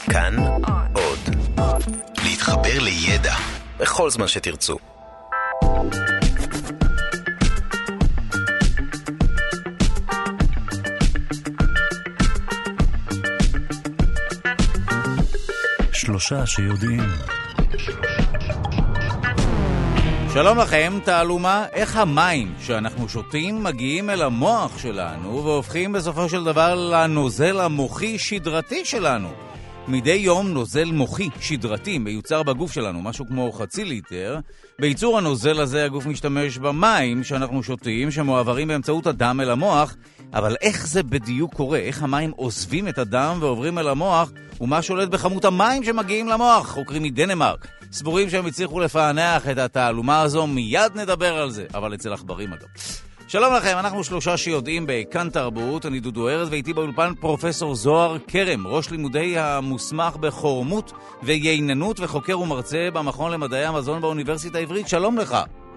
כאן עוד. להתחבר לידע בכל זמן שתרצו. שלושה שיודעים. שלום לכם, תעלומה, איך המים שאנחנו שותים מגיעים אל המוח שלנו והופכים בסופו של דבר לנוזל המוחי שדרתי שלנו. מדי יום נוזל מוחי שדרתי מיוצר בגוף שלנו, משהו כמו 0.5 ליטר. בייצור הנוזל הזה הגוף משתמש במים שאנחנו שותים, שמועברים באמצעות הדם אל המוח. אבל איך זה בדיוק קורה? איך המים עוזבים את הדם ועוברים אל המוח? ומה שולט בכמות המים שמגיעים למוח? חוקרים מדנמרק סבורים שהם הצליחו לפענח את התעלומה הזו. מיד נדבר על זה, אבל אצל עכברים אגב. שלום לכם, אנחנו שלושה שיודעים בכאן תרבות. אני דודו ארז, ואיתי באולפן פרופסור זוהר קרם, ראש לימודי המוסמך בחורמות וייננות וחוקר ומרצה במכון למדעי המזון באוניברסיטה העברית. שלום לך.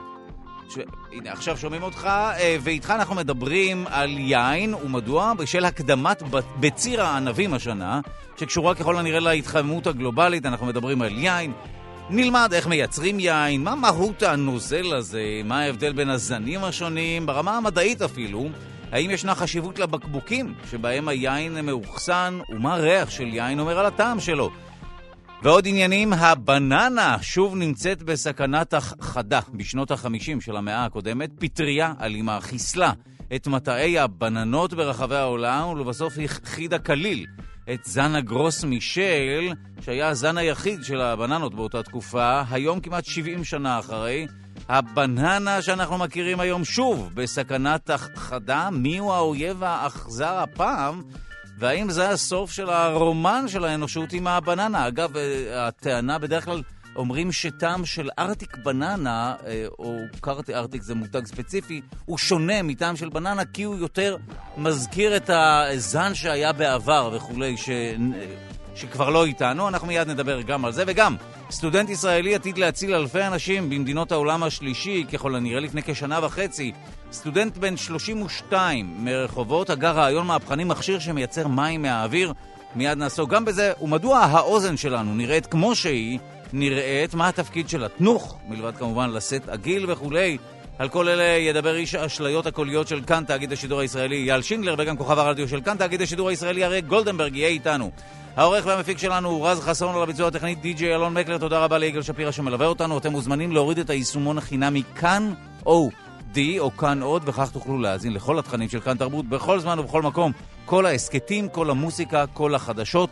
הנה, עכשיו שומעים אותך, ואיתך אנחנו מדברים על יין, ומדוע? בשל הקדמת בציר הענבים השנה, שקשורה ככל הנראה להתחממות הגלובלית. אנחנו מדברים על יין. נלמד איך מייצרים יין, מה מהות הנוזל הזה, מה ההבדל בין הזנים השונים, ברמה המדעית אפילו, האם ישנה חשיבות לבקבוקים שבהם היין מאוחסן, ומה ריח של יין אומר על הטעם שלו. ועוד עניינים, הבננה שוב נמצאת בסכנת הכחדה. בשנות ה-50 של המאה הקודמת, פטריה אלימה חיסלה את מטעי הבננות ברחבי העולם, ולבסוף הכחידה כליל את זן הגרוס מישל, שהיה הזן היחיד של הבננות באותה תקופה. היום, כמעט 70 שנה אחרי, הבננה שאנחנו מכירים היום שוב בסכנת הכחדה. מיהו האויב האכזר הפעם? והאם זה הסוף של הרומן של האנושות עם הבננה? אגב, הטענה בדרך כלל אומרים שטעם של ארטיק בננה, או קרטי ארטיק זה מותג ספציפי, הוא שונה מטעם של בננה, כי הוא יותר מזכיר את הזן שהיה בעבר וכולי, שכבר לא איתנו. אנחנו מיד נדבר גם על זה. וגם, סטודנט ישראלי עתיד להציל אלפי אנשים במדינות העולם השלישי, ככל הנראה לפני כשנה וחצי. סטודנט בן 32 מרחובות הגה רעיון מהפכני, מכשיר שמייצר מים מהאוויר. מיד נעסוק גם בזה, ומדוע האוזן שלנו נראית כמו שהיא נראית, מה התפקיד של התנוך, מלבד כמובן לשאת עגיל וכולי. על כל אלה ידבר איש האשליות הקוליות של כאן תאגיד השידור הישראלי יעל שינגלר, וגם כוכב הרדיו של כאן תאגיד השידור הישראלי אריק גולדנברג יהיה איתנו. העורך והמפיק שלנו הוא רז חסון, על הביצוע הטכנית די.ג'יי אלון מקלר. תודה רבה ליגאל שפירא שמלווה אותנו. אתם מוזמנים להוריד את היישומון החינמי כאן אודי או כאן עוד, וכך תוכלו להאזין לכל התכנים של כאן תרבות בכל זמן ובכל מקום, כל העסקטים, כל המוסיקה, כל החדשות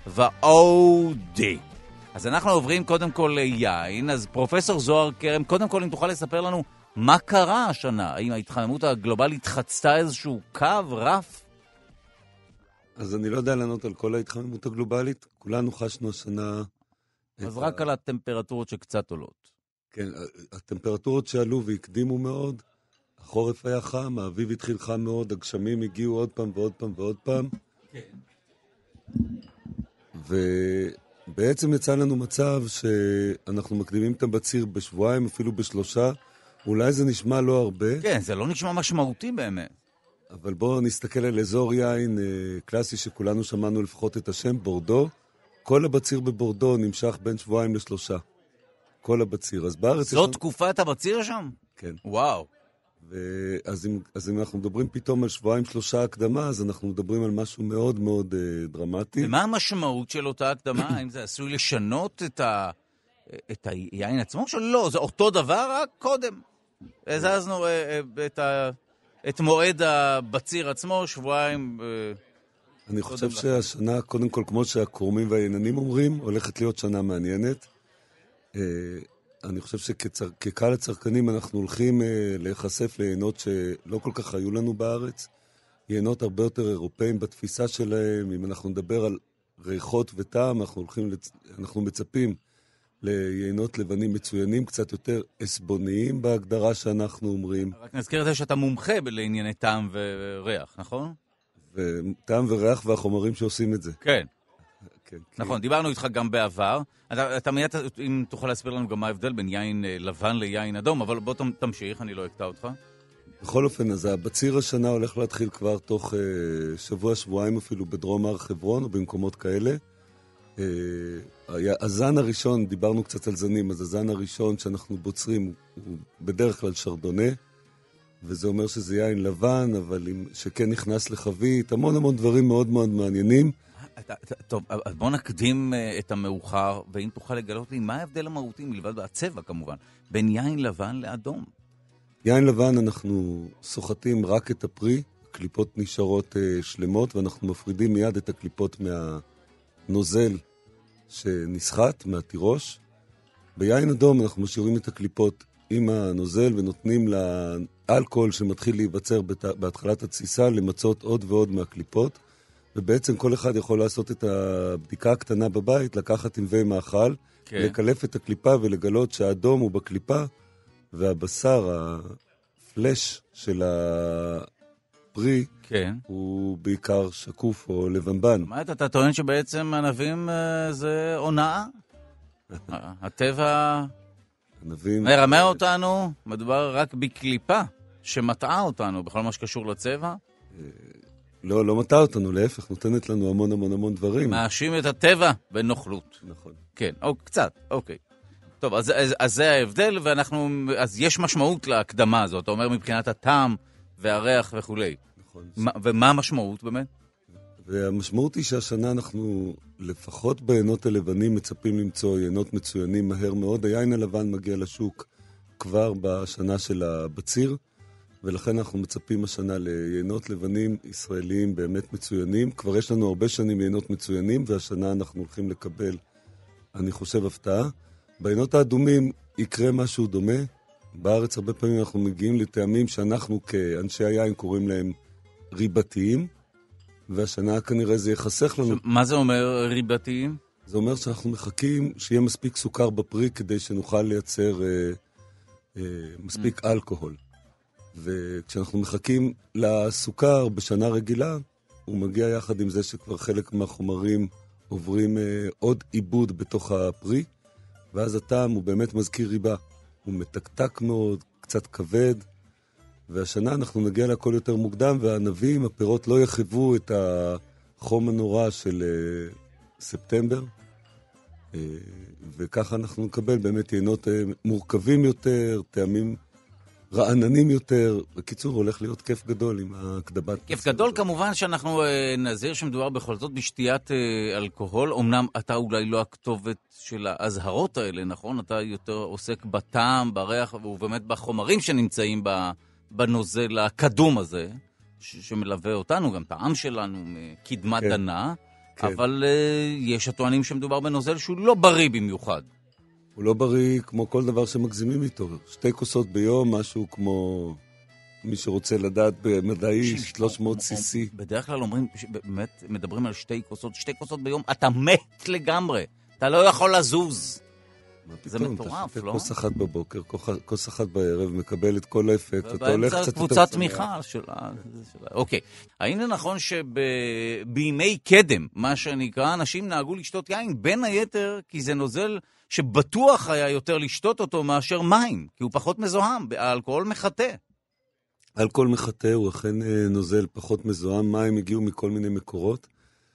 ואודי. אז אנחנו עוברים קודם כל ליין. אז פרופסור זוהר קרם, קודם כל אם תוכל לספר לנו מה קרה השנה? האם ההתחממות הגלובלית חצתה איזשהו קו, רף? אז אני לא יודע לענות על כל ההתחממות הגלובלית. כולנו חשנו השנה... אז רק על הטמפרטורות שקצת עולות. כן, הטמפרטורות שעלו והקדימו מאוד. החורף היה חם, האביב התחיל חם מאוד, הגשמים הגיעו עוד פעם ועוד פעם ועוד פעם. כן. ובעצם יצא לנו מצב שאנחנו מקדימים את הבציר בשבועיים, אפילו בשלושה. אולי זה נשמע לא הרבה. כן, זה לא נשמע משמעותי באמת. אבל בואו נסתכל על אזור יין קלאסי שכולנו שמענו לפחות את השם, בורדו. כל הבציר בבורדו נמשך בין שבועיים לשלושה. כל הבציר. אז בארץ... זאת תקופת הבציר שם? כן. וואו. אז אם אנחנו מדברים פתאום על שבועיים שלושה הקדמה, אז אנחנו מדברים על משהו מאוד מאוד דרמטי. ומה המשמעות של אותה הקדמה? האם זה עשוי לשנות את היין עצמו? שלא, זה אותו דבר, רק קודם. הזזנו את מועד הבציר עצמו, שבועיים... אני חושב שהשנה, קודם כל, כמו שהקורמים והייננים אומרים, הולכת להיות שנה מעניינת. אני חושב שכקהל הצרכנים אנחנו הולכים להיחשף ליינות שלא כל כך היו לנו בארץ. יינות הרבה יותר אירופאים בתפיסה שלהם. אם אנחנו נדבר על ריחות וטעם, אנחנו מצפים ליינות לבנים מצוינים, קצת יותר אסבוניים בהגדרה שאנחנו אומרים. רק נזכיר את זה שאתה מומחה לענייני טעם וריח, נכון? וטעם וריח והחומרים שעושים את זה. כן. כן, נכון, דיברנו איתך גם בעבר. אתה מיד, אם תוכל להסביר לנו גם מה ההבדל בין יין לבן ליין אדום, אבל בוא תמשיך, אני לא אקטע אותך. בכל אופן, אז הבציר השנה הולך להתחיל כבר תוך שבוע, שבועיים אפילו בדרום הר חברון או במקומות כאלה. הזן הראשון, דיברנו קצת על זנים, אז הזן הראשון שאנחנו בוצרים הוא בדרך כלל שרדונה, וזה אומר שזה יין לבן, אבל שכן נכנס לחבית, המון דברים מאוד מאוד מעניינים. טוב, אז בוא נקדים את המאוחר, ואם תוכל לגלות לי, מה ההבדל המהותי, מלבד הצבע כמובן, בין יין לבן לאדום? יין לבן אנחנו סוחטים רק את הפרי, הקליפות נשארות שלמות, ואנחנו מפרידים מיד את הקליפות מהנוזל שנסחט, מהתירוש. ביין אדום אנחנו משאירים את הקליפות עם הנוזל, ונותנים לאלכוהול שמתחיל להיווצר בהתחלת התסיסה, למצות עוד ועוד מהקליפות. ובעצם כל אחד יכול לעשות את הבדיקה הקטנה בבית, לקחת ענבי מאכל, לקלף את הקליפה ולגלות שהאדום הוא בקליפה, והבשר, הפלש של הפרי, הוא בעיקר שקוף או לבנבן. מה אתה טוען שבעצם ענבים זה הונאה? הטבע מרמה אותנו, מדובר רק בקליפה שמטעה אותנו בכל מה שקשור לצבע? לא מטעה אותנו, להפך, נותנת לנו המון דברים. מאשים את הטבע בנוכלות. נכון. כן, קצת, אוקיי. טוב, אז זה ההבדל, אז יש משמעות להקדמה הזאת, אתה אומר מבחינת הטעם והריח וכו'. נכון. ומה המשמעות באמת? והמשמעות היא שהשנה אנחנו, לפחות בעינות הלבנים, מצפים למצוא יינות מצוינים מהר מאוד. היין הלבן מגיע לשוק כבר בשנה של הבציר, ולכן אנחנו מצפים השנה ליינות לבנים ישראליים באמת מצוינים. כבר יש לנו הרבה שנים יינות מצוינים, והשנה אנחנו הולכים לקבל, אני חושב, הפתעה. בעינות האדומים יקרה משהו דומה. בארץ הרבה פעמים אנחנו מגיעים לטעמים שאנחנו כאנשי היין קוראים להם ריבתיים, והשנה כנראה זה יחסך לנו. מה זה אומר ריבתיים? זה אומר שאנחנו מחכים שיהיה מספיק סוכר בפרי כדי שנוכל לייצר מספיק אלכוהול. וכשאנחנו מחכים לסוכר בשנה רגילה, הוא מגיע יחד עם זה שכבר חלק מהחומרים עוברים עוד עיבוד בתוך הפרי, ואז הטעם הוא באמת מזכיר ריבה. הוא מתקתק מאוד, קצת כבד, והשנה אנחנו נגיע לכל יותר מוקדם, והענבים, הפירות לא יחוו את החום הנורא של ספטמבר, וככה אנחנו נקבל באמת יינות מורכבים יותר, טעמים רעננים יותר. בקיצור, הולך להיות כיף גדול עם הקדמת. כיף גדול כמובן שאנחנו נזהיר שמדובר בכל זאת בשתיית אלכוהול. אמנם אתה אולי לא הכתובת של ההזהרות האלה, נכון? אתה יותר עוסק בטעם, בריח, ובאמת בחומרים שנמצאים בנוזל הקדום הזה, שמלווה אותנו, גם טעם שלנו מקדמת דנה, אבל יש הטוענים שמדובר בנוזל שהוא לא בריא במיוחד. הוא לא בריא כמו כל דבר שמגזימים איתו. 2 כוסות ביום, משהו כמו מי שרוצה לדעת במדעי, 300 cc. בדרך כלל אומרים, באמת מדברים על 2 כוסות, 2 כוסות ביום, אתה מת לגמרי. אתה לא יכול לזוז. זה מטורף, לא? כוס אחת בבוקר, כוס אחת בערב, מקבל את כל האפקט, ואתה הולך קצת... קבוצת תמיכה שלה. אוקיי. האם נכון שבימי קדם, מה שנקרא, אנשים נהגו לשתות יין, בין היתר, כי זה נוזל שבטוח היה יותר לשתות אותו מאשר מים, כי הוא פחות מזוהם, האלכוהול מחטא. אלכוהול מחטא הוא אכן נוזל פחות מזוהם, מים הגיעו מכל מיני מקורות.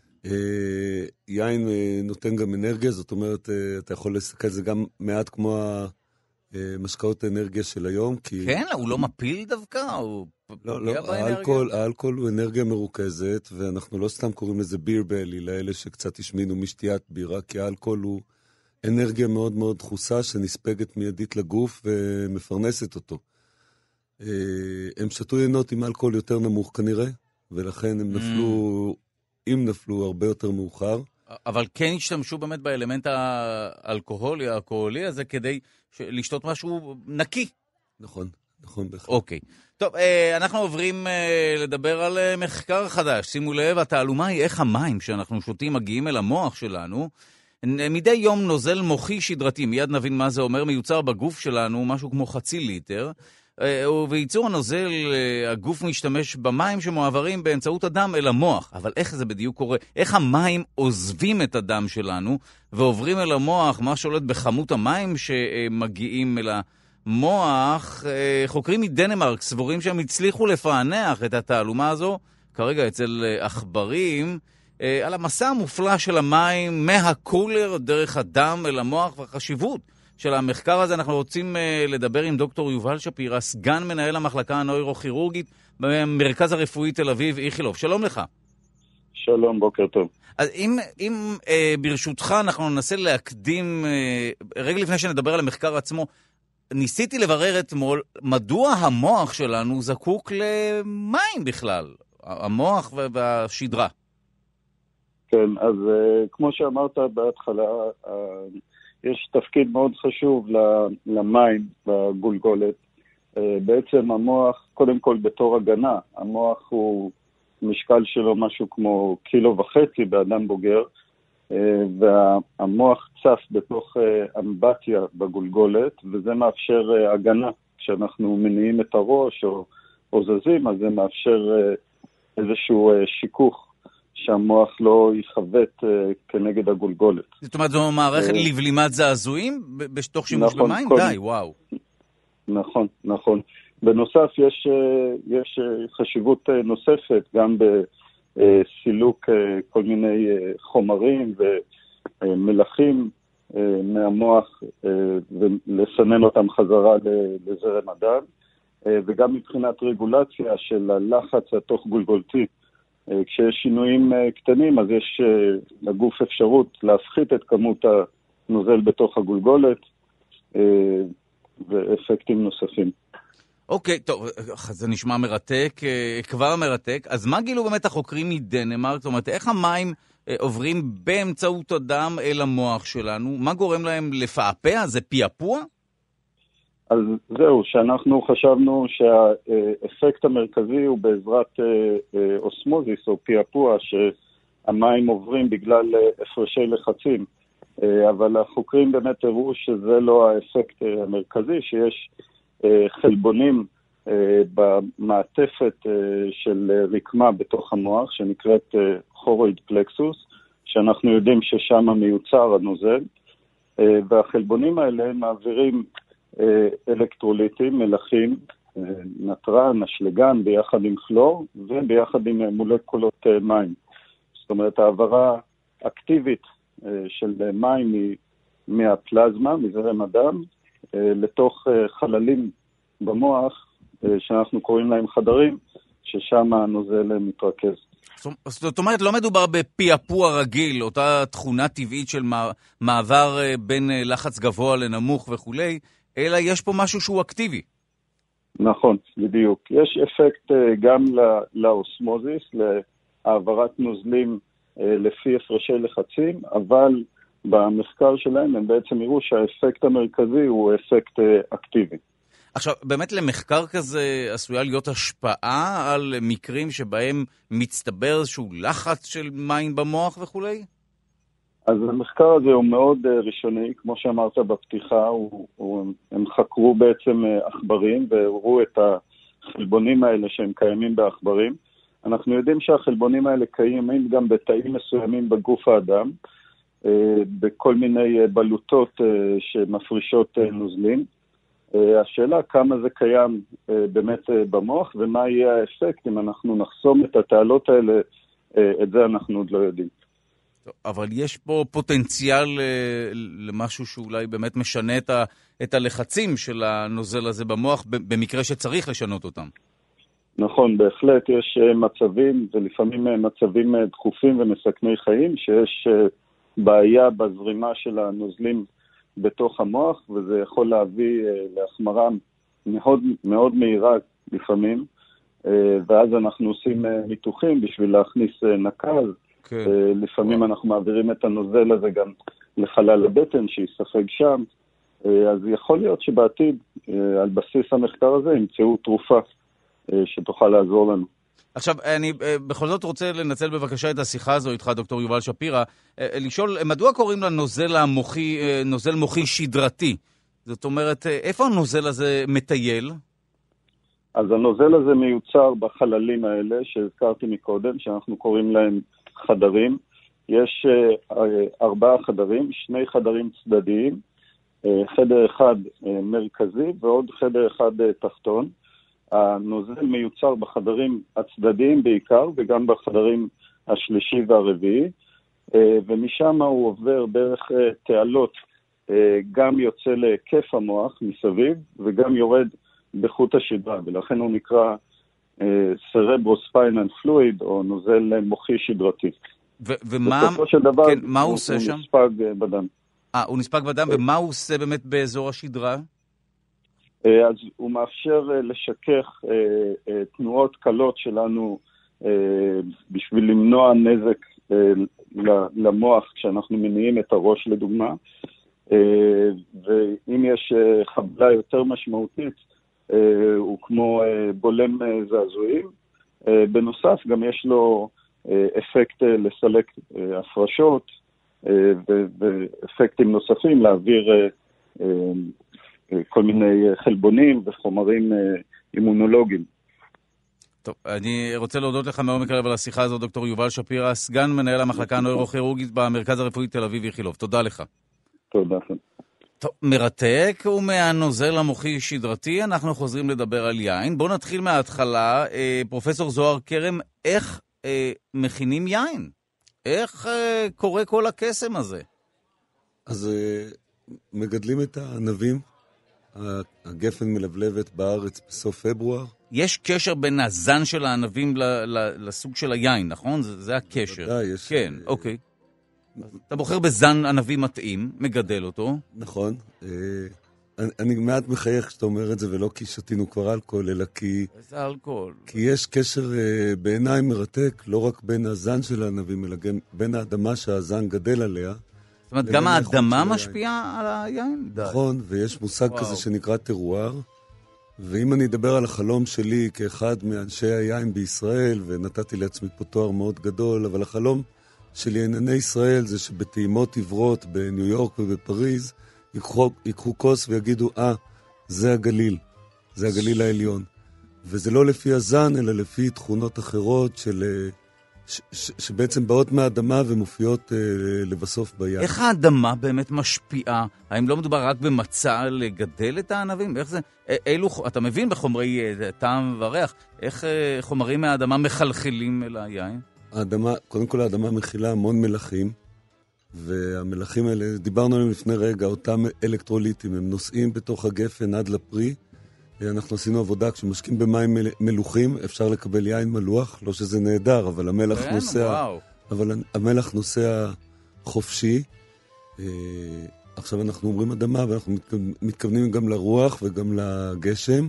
יין נותן גם אנרגיה, זאת אומרת, אתה יכול לסתכל זה גם מעט כמו המשקאות האנרגיה של היום. כן, הוא לא מפיל דווקא, הוא פוגע באנרגיה. האלכוהול הוא אנרגיה מרוכזת, ואנחנו לא סתם קוראים לזה ביר בלי, לאלה שקצת השמינו משתיית בירה, כי האלכוהול הוא אנרגיה מאוד מאוד דחוסה, שנספגת מיידית לגוף ומפרנסת אותו. הם שתו יינות עם אלכוהול יותר נמוך כנראה, ולכן הם נפלו... אם נפלו הרבה יותר מאוחר. אבל כן השתמשו באמת באלמנט האלכוהולי הזה כדי לשתות משהו נקי. נכון בהחלט. אוקיי. טוב, אנחנו עוברים לדבר על מחקר חדש. שימו לב, התעלומה היא איך המים שאנחנו שותים מגיעים אל המוח שלנו. מדי יום נוזל מוחי שדרתי, מיד נבין מה זה אומר, מיוצר בגוף שלנו, משהו כמו 0.5 ליטר. ובייצור הנוזל, הגוף משתמש במים שמועברים באמצעות הדם אל המוח. אבל איך זה בדיוק קורה? איך המים עוזבים את הדם שלנו ועוברים אל המוח? מה שולט בכמות המים שמגיעים אל המוח? חוקרים מדנמרק סבורים שהם הצליחו לפענח את התעלומה הזו, כרגע אצל עכברים. על המסע המופלא של המים מהקולר דרך הדם אל המוח והחשיבות של המחקר הזה. אנחנו רוצים לדבר עם דוקטור יובל שפירא, סגן מנהל המחלקה הנוירוכירורגית במרכז הרפואי תל אביב איכילוב. שלום לך. שלום, בוקר טוב. אז אם ברשותך אנחנו ננסה להקדים, רגע לפני שנדבר על המחקר עצמו, ניסיתי לברר אתמול מדוע המוח שלנו זקוק למים בכלל, המוח והשדרה. כן, אז כמו שאמרת בהתחלה, יש תפקיד מאוד חשוב למים בגולגולת. בעצם המוח, קודם כל בתור הגנה, המוח הוא משקל שלו משהו כמו 1.5 קילו באדם בוגר, והמוח צף בתוך אמבטיה בגולגולת, וזה מאפשר הגנה. כשאנחנו מניעים את הראש או זזים, אז זה מאפשר איזשהו שיכוך שהמוח לא יחוות כנגד הגולגולת. זאת אומרת, זו מערכת לבלימת זעזועים בתוך שימוש במים? די, וואו. נכון, נכון. בנוסף, יש חשיבות נוספת גם בסילוק כל מיני חומרים ומלחים מהמוח ולסנן אותם חזרה לזרם הדם, וגם מבחינת רגולציה של הלחץ התוך גולגולתי. כשיש שינויים קטנים, אז יש לגוף אפשרות להפחית את כמות הנוזל בתוך הגולגולת ואפקטים נוספים. אוקיי, טוב, זה נשמע מרתק, כבר מרתק. אז מה גילו באמת החוקרים מדנמרק? זאת אומרת, איך המים עוברים באמצעות הדם אל המוח שלנו? מה גורם להם לפעפע? זה פיאפוע? אז זהו, שאנחנו חשבנו שהאפקט המרכזי הוא בעזרת אוסמוזיס או פיאפוע, שהמים עוברים בגלל הפרשי לחצים. אבל החוקרים באמת הראו שזה לא האפקט המרכזי, שיש חלבונים במעטפת של רקמה בתוך המוח, שנקראת כורויד פלקסוס, שאנחנו יודעים ששם מיוצר הנוזל, והחלבונים האלה מעבירים אלקטרוליטים, מלחים, נטרן, אשלגן, ביחד עם כלור, וביחד עם מולקולות מים. זאת אומרת, העברה אקטיבית של מים מהפלזמה, מזרם הדם, לתוך חללים במוח, שאנחנו קוראים להם חדרים, ששם הנוזל מתרכז. זאת אומרת, לא מדובר בפיאפוע רגיל, אותה תכונה טבעית של מעבר בין לחץ גבוה לנמוך וכו', אלא יש פה משהו שהוא אקטיבי. נכון, בדיוק. יש אפקט גם לאוסמוזיס, להעברת נוזלים לפי הפרשי לחצים, אבל במחקר שלהם הם בעצם יראו שהאפקט המרכזי הוא אפקט אקטיבי. עכשיו, באמת למחקר כזה עשויה להיות השפעה על מקרים שבהם מצטבר איזשהו לחץ של מים במוח וכו'? אז המחקר הזה הוא מאוד ראשוני, כמו שאמרת בפתיחה, הם חקרו בעצם עכברים והראו את החלבונים האלה שהם קיימים בעכברים. אנחנו יודעים שהחלבונים האלה קיימים גם בתאים מסוימים בגוף האדם, בכל מיני בלוטות שמפרישות נוזלים. השאלה כמה זה קיים באמת במוח ומה יהיה האפקט אם אנחנו נחסום את התעלות האלה, את זה אנחנו עוד לא יודעים. אבל יש פה פוטנציאל למשהו שאולי באמת משנה את הלחצים של הנוזל הזה במוח במקרה שצריך לשנות אותם. נכון, בהחלט יש מצבים, ולפעמים מצבים דחופים ומסכני חיים, שיש בעיה בזרימה של הנוזלים בתוך המוח, וזה יכול להביא להחמרה מאוד, מאוד מהירה לפעמים, ואז אנחנו עושים ניתוחים בשביל להכניס נקז. כן. לפעמים אנחנו מעבירים את הנוזל הזה גם לחלל הבטן שיספג שם, אז יכול להיות שבעתיד, על בסיס המחקר הזה, ימצאו תרופה שתוכל לעזור לנו. עכשיו, אני בכל זאת רוצה לנצל בבקשה את השיחה הזו איתך, דוקטור יובל שפירא, לשאול, מדוע קוראים לנוזל המוחי, נוזל מוחי שדרתי? זאת אומרת, איפה הנוזל הזה מטייל? אז הנוזל הזה מיוצר בחללים האלה שהזכרתי מקודם, שאנחנו קוראים להם חדרים. יש 4 חדרים, 2 חדרים צדדיים, חדר אחד מרכזי ועוד חדר אחד תחתון. הנוזל מיוצר בחדרים הצדדיים בעיקר, וגם בחדרים השלישי והרביעי, ומשם הוא עובר דרך תעלות, גם יוצא לכיף המוח מסביב, וגם יורד בחוט השדרה, ולכן הוא נקרא cerebrospinal fluid, או נוזל מוחי שדרתי. ומה, בסופו של דבר, כן, מה הוא עושה שם? הוא נספג בדם. הוא נספג בדם, ומה הוא עושה באמת באזור השדרה? אז הוא מאפשר לשכך תנועות קלות שלנו בשביל למנוע נזק למוח כשאנחנו מניעים את הראש לדוגמה, ואם יש חבלה יותר משמעותית הוא כמו בולם זעזועים. בנוסף גם יש לו אפקט לסלק הפרשות ואפקטים נוספים להעביר כל מיני חלבונים וחומרים אימונולוגיים. טוב, אני רוצה להודות לך מעומק הלב על השיחה הזו, דוקטור יובל שפירא, סגן מנהל המחלקה הנוירוכירורגית במרכז הרפואי תל אביב איכילוב. תודה לך. תודה. טוב, מרתק, ומהנוזל המוחי שדרתי אנחנו חוזרים לדבר על יין. בואו נתחיל מההתחלה. פרופסור זוהר כרם, איך מכינים יין? איך קורה כל הקסם הזה? אז מגדלים את הענבים, הגפן מלבלבת בארץ בסוף פברואר. יש קשר בין הזן של הענבים לסוג של היין, נכון? זה הקשר. ודאי, יש. כן, אוקיי. אתה בוחר בזן ענבי מתאים, מגדל אותו. נכון. אני מעט מחייך כשאתה אומר את זה, ולא כי שתינו כבר אלכוהול, אלא כי... איזה אלכוהול? כי יש קשר בעיניי מרתק, לא רק בין הזן של הענבים, אלא גם בין האדמה שהזן גדל עליה. זאת אומרת, גם האדמה משפיעה על היין? נכון, ויש מושג כזה שנקרא טרואר, ואם אני אדבר על החלום שלי כאחד מאנשי היין בישראל, ונתתי לעצמי פה תואר מאוד גדול, אבל החלום שלי ענייני ישראל זה שבטעימות עברות בניו יורק ובפריז, ייקחו כוס ויגידו, זה הגליל, זה הגליל העליון. וזה לא לפי הזן, אלא לפי תכונות אחרות שבעצם באות מהאדמה ומופיעות לבסוף ביין. איך האדמה באמת משפיעה? האם לא מדובר רק במצע לגדל את הענבים? איך זה? אתה מבין בחומרי טעם וריח, איך חומרים מהאדמה מחלחלים אל היין? קודם כל האדמה מכילה המון מלחים, והמלחים האלה, דיברנו עליהם לפני רגע, אותם אלקטרוליטים, הם נוסעים בתוך הגפן עד לפרי. אנחנו עשינו עבודה, כשמשקים במים מלוחים, אפשר לקבל יין מלוח, לא שזה נהדר, אבל המלח נוסע חופשי. עכשיו אנחנו אומרים אדמה, ואנחנו מתכוונים גם לרוח וגם לגשם.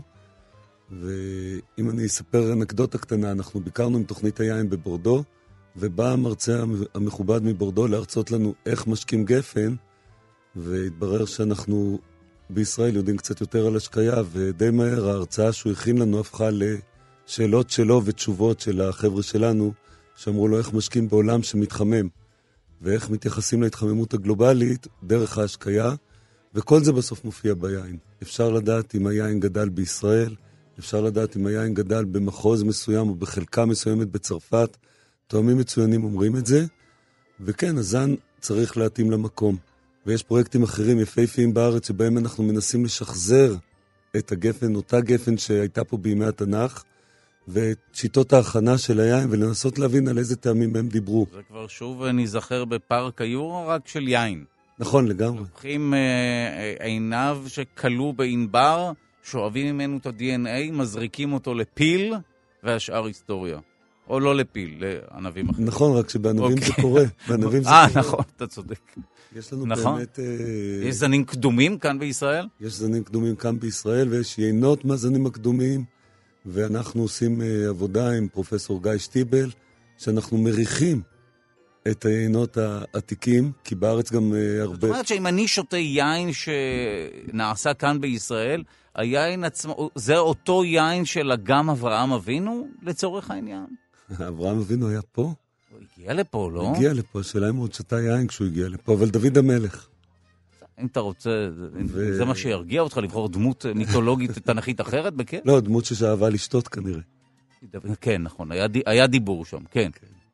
ואם אני אספר אנקדוטה קטנה, אנחנו ביקרנו עם תוכנית היין בבורדו, ובא המרצה המכובד מבורדו להרצות לנו איך משקים גפן, והתברר שאנחנו בישראל יודעים קצת יותר על השקיה, ודי מהר ההרצאה שהוא הכין לנו הפכה לשאלות שלו ותשובות של החבר'ה שלנו, שאמרו לו איך משקים בעולם שמתחמם, ואיך מתייחסים להתחממות הגלובלית דרך ההשקיה, וכל זה בסוף מופיע ביין. אפשר לדעת אם היין גדל בישראל, אפשר לדעת אם היין גדל במחוז מסוים או בחלקה מסוימת בצרפת, תואמים מצוינים אומרים את זה, וכן, הזן צריך להתאים למקום. ויש פרויקטים אחרים יפהפיים בארץ שבהם אנחנו מנסים לשחזר את הגפן, אותה גפן שהייתה פה בימי התנ"ך, ואת שיטות ההכנה של היין, ולנסות להבין על איזה טעמים הם דיברו. זה כבר שוב נזכר בפארק היורו, רק של יין. נכון, לגמרי. לוקחים עיניו שקלו בענבר, שואבים ממנו את ה-DNA, מזריקים אותו לפיל, והשאר היסטוריה. או לא לפיל, לענבים אחרים. נכון, רק שבענבים זה קורה. בענבים זה קורה. נכון, אתה צודק. יש לנו נכון. באמת... יש זנים קדומים כאן בישראל? יש זנים קדומים כאן בישראל, ויש יינות מהזנים הקדומים, ואנחנו עושים עבודה עם פרופסור גיא שטיבל, שאנחנו מריחים את היינות העתיקים, כי בארץ גם הרבה... זאת אומרת שאם אני שותה יין שנעשה כאן בישראל, היין עצמו, זה אותו יין של אגם אברהם אבינו לצורך העניין? אברהם אבינו היה פה? הוא הגיע לפה, לא? הוא הגיע לפה, השאלה אם הוא עוד שתה יין כשהוא הגיע לפה, אבל דוד המלך. אם אתה רוצה, זה מה שירגיע אותך לבחור דמות מיתולוגית תנכית אחרת, בכן? לא, דמות ששאהבה לשתות כנראה. כן, נכון, היה דיבור שם, כן.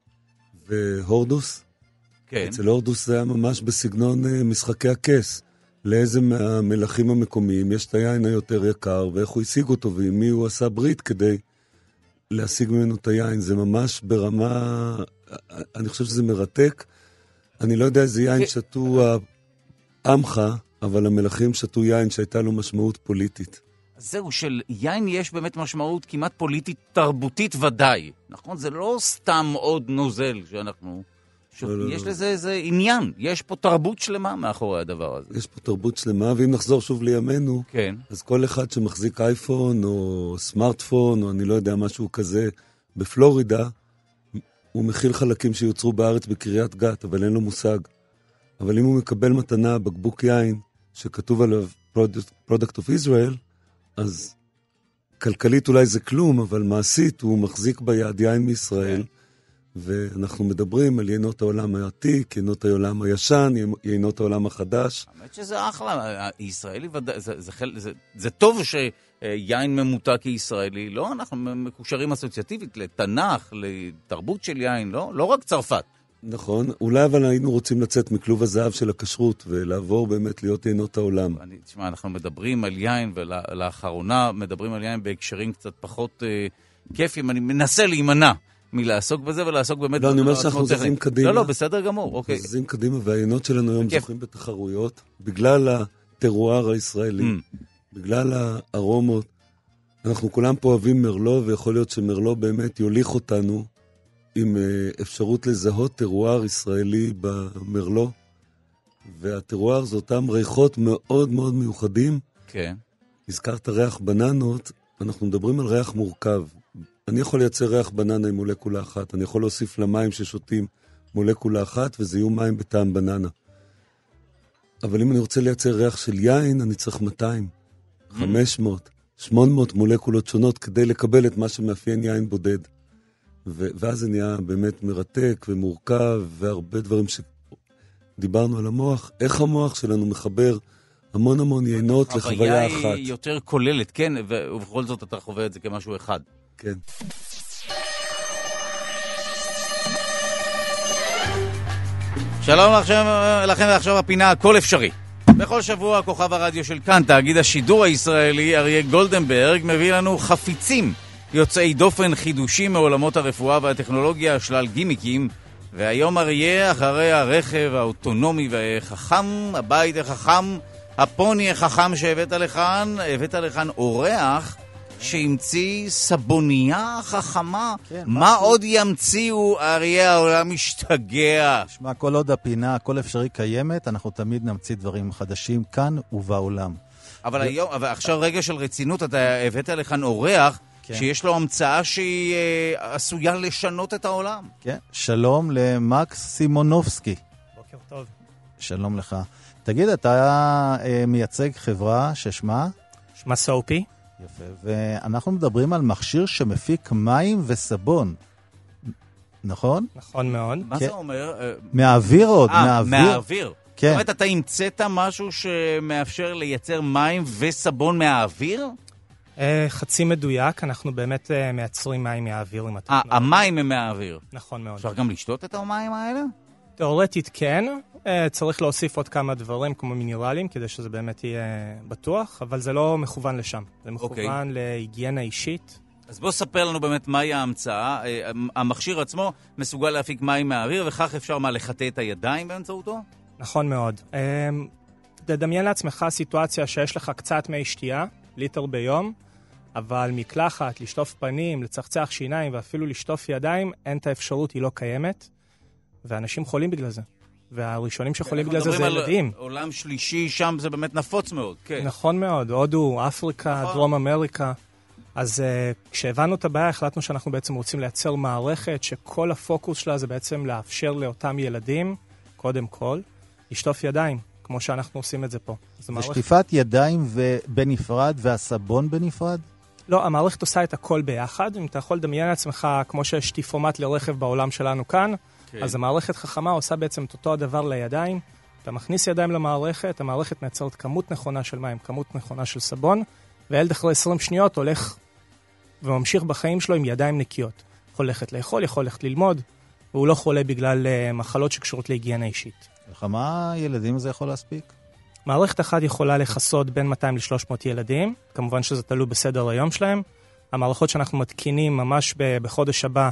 והורדוס? כן. אצל הורדוס זה היה ממש בסגנון משחקי הכס. לאיזה מהמלכים המקומיים יש את היין היותר יקר, ואיך הוא השיג אותו, ועם מי הוא עשה ברית כדי להשיג ממנו את היין. זה ממש ברמה אני חושב שזה מרתק. אני לא יודע איזה יין שתו עמך, אבל המלכים שתו יין שהייתה לו משמעות פוליטית. זהו, של יין יש באמת משמעות כמעט פוליטית, תרבותית ודאי. נכון? זה לא סתם עוד נוזל שאנחנו... יש לזה איזה עניין. יש פה תרבות שלמה מאחורי הדבר הזה. יש פה תרבות שלמה, ואם נחזור שוב לימינו, כן. אז כל אחד שמחזיק אייפון או סמארטפון, או אני לא יודע משהו כזה, בפלורידה, הוא מכיל חלקים שיוצרו בארץ בקריית גת, אבל אין לו מושג. אבל אם הוא מקבל מתנה, בקבוק יין, שכתוב עליו Product of Israel, אז כלכלית אולי זה כלום, אבל מעשית הוא מחזיק ביד יין מישראל, ואנחנו מדברים על יינות העולם העתיק, יינות העולם הישן, יינות העולם החדש. האמת שזה אחלה, ישראלי ודאי, זה טוב שיין ממותק כישראלי, לא? אנחנו מקושרים אסוציאטיבית לתנ"ך, לתרבות של יין, לא רק צרפת. נכון, אולי אבל היינו רוצים לצאת מכלוב הזהב של הכשרות, ולעבור באמת להיות יינות העולם. תשמע, אנחנו מדברים על יין, ולאחרונה מדברים על יין בהקשרים קצת פחות כיפים, אני מנסה להימנע מלעסוק בזה, ולעסוק באמת... לא, אני אומר שאנחנו זזים קדימה. לא, בסדר גמור, אוקיי. זזים קדימה, והיינות שלנו היום זוכים בתחרויות, בגלל הטרואר הישראלי, בגלל הארומות. אנחנו כולם פה אוהבים מרלו, ויכול להיות שמרלו באמת יוליך אותנו, עם אפשרות לזהות טרואר ישראלי במרלו, והטרואר זה אותם ריחות מאוד מאוד מיוחדים. כן. הזכרת ריח בננות, אנחנו מדברים על ריח מורכב. אני יכול לייצר ריח בננה עם מולקולה אחת, אני יכול להוסיף למים ששותים מולקולה אחת, וזה יהיו מים בטעם בננה. אבל אם אני רוצה לייצר ריח של יין, אני צריך 200, 500, 800 מולקולות שונות, כדי לקבל את מה שמאפיין יין בודד. ואז זה נהיה באמת מרתק ומורכב, והרבה דברים שדיברנו על המוח. איך המוח שלנו מחבר המון המון יינות לחוויה אחת. החוויה היא יותר כוללת, כן, ובכל זאת אתה חווה את זה כמשהו אחד. כן. שלום לכם, ועכשיו הפינה הכל אפשרי. בכל שבוע כוכב הרדיו של כאן, תאגיד השידור הישראלי, אריה גולדנברג, מביא לנו חפיצים יוצאי דופן, חידושים מעולמות הרפואה והטכנולוגיה, שלל גימיקים. והיום אריה, אחרי הרכב האוטונומי והחכם, הבית החכם, הפוני החכם שהבאת לכאן אורח שהמציא סבונייה חכמה. כן, מה עוד ימציאו, אריה? העולם משתגע. שמע, כל עוד הפינה הכל אפשרי קיימת, אנחנו תמיד נמציא דברים חדשים כאן ובעולם. אבל היום, עכשיו רגע של רצינות, אתה הבאת לכאן אורח שיש לו המצאה שהיא עשויה לשנות את העולם. כן, שלום למקס סימונובסקי. בוקר טוב. שלום לך. תגיד, אתה מייצג חברה ששמה? שמה סופי. יפה, ואנחנו מדברים על מכשיר שמפיק מים וסבון. נכון? נכון מאוד. מה זה אומר? מהאוויר עוד, מהאוויר. כן. זאת אומרת, אתה המצאת משהו שמאפשר לייצר מים וסבון מהאוויר? חצי מדויק, אנחנו באמת מייצרים מים מהאוויר. המים הם מהאוויר. נכון מאוד. אפשר גם לשתות את המים האלה? תיאורטית כן, צריך להוסיף עוד כמה דברים כמו מינרלים, כדי שזה באמת יהיה בטוח, אבל זה לא מכוון לשם. זה מכוון להיגיינה אישית. אז בוא ספר לנו באמת מהי ההמצאה. המכשיר עצמו מסוגל להפיק מים מהאוויר, וכך אפשר לחטא את הידיים באמצעותו? נכון מאוד. תדמיין לעצמך סיטואציה שיש לך קצת מי שתייה, ליטר ביום, אבל מקלחת, לשטוף פנים, לצחצח שיניים ואפילו לשטוף ידיים, אין את האפשרות, היא לא קיימת, ואנשים חולים בגלל זה. והראשונים שחולים בגלל זה ילדים. על עולם שלישי, שם זה באמת נפוץ מאוד. כן. נכון מאוד, הודו, אפריקה, נכון. דרום אמריקה. אז כשהבנו את הבעיה, החלטנו שאנחנו בעצם רוצים לייצר מערכת שכל הפוקוס שלה זה בעצם לאפשר לאותם ילדים, קודם כל, לשטוף ידיים, כמו שאנחנו עושים את זה פה. ושטיפת ידיים בנפרד והסבון בנפרד? לא, המערכת עושה את הכל ביחד. אם אתה יכול לדמיין לעצמך, כמו שיש טיפומט לרכב בעולם שלנו כאן, אז המערכת חכמה עושה בעצם את אותו הדבר לידיים. אתה מכניס ידיים למערכת, המערכת מייצרת כמות נכונה של מים, כמות נכונה של סבון, והילד אחרי 20 שניות הולך וממשיך בחיים שלו עם ידיים נקיות. יכול ללכת לאכול, יכול ללכת ללמוד, והוא לא חולה בגלל מחלות שקשורות להיגיינה אישית. כמה ילדים זה יכול להספיק? מערכת אחת יכולה לחסות בין 200 ל-300 ילדים, כמובן שזה תלוי בסדר היום שלהם. המערכות שאנחנו מתקינים ממש בחודש הבא,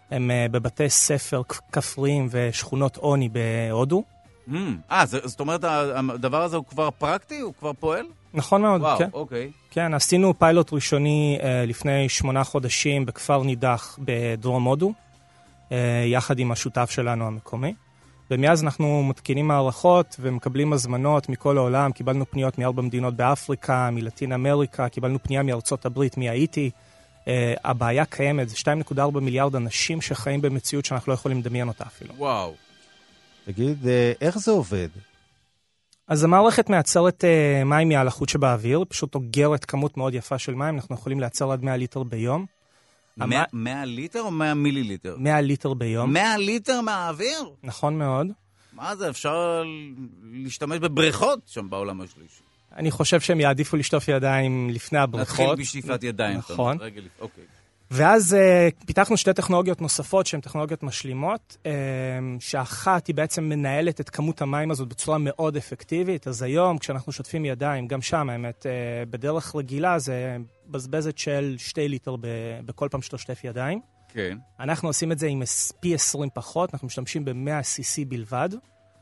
הם בבתי ספר כפריים ושכונות עוני בהודו. זאת אומרת, הדבר הזה הוא כבר פרקטי? הוא כבר פועל? נכון מאוד, וואו, כן. אוקיי. כן, עשינו פיילוט ראשוני לפני 8 חודשים בכפר נידח בדרום הודו, יחד עם השותף שלנו המקומי. ומאז אנחנו מתקינים מערכות ומקבלים הזמנות מכל העולם. קיבלנו פניות מ4 מדינות באפריקה, מלטין אמריקה, קיבלנו פנייה מארצות הברית, מהאיטי. הבעיה קיימת, זה 2.4 מיליארד אנשים שחיים במציאות שאנחנו לא יכולים לדמיין אותה אפילו. וואו. תגיד, איך זה עובד? אז המערכת מייצרת מים מהלחות שבאוויר, פשוט אוגרת כמות מאוד יפה של מים, אנחנו יכולים לייצר עד 100 ליטר ביום. 100 ליטר או 100 מיליליטר? 100 ליטר ביום. 100 ליטר מהאוויר? נכון מאוד. מה זה, אפשר להשתמש בבריכות שם בעולם השלישי? אני חושב שהם יעדיפו לשטוף ידיים לפני הבריכות. נתחיל בשטיפת ידיים. נכון. אוקיי. ואז פיתחנו 2 טכנולוגיות נוספות שהן טכנולוגיות משלימות, שאחת היא בעצם מנהלת את כמות המים הזאת בצורה מאוד אפקטיבית. אז היום כשאנחנו שוטפים ידיים, גם שם האמת, בדרך רגילה זה בזבזת של 2 ליטר בכל פעם שאתה שוטף ידיים. כן. אנחנו עושים את זה עם פי 20 פחות, אנחנו משתמשים ב100 cc בלבד,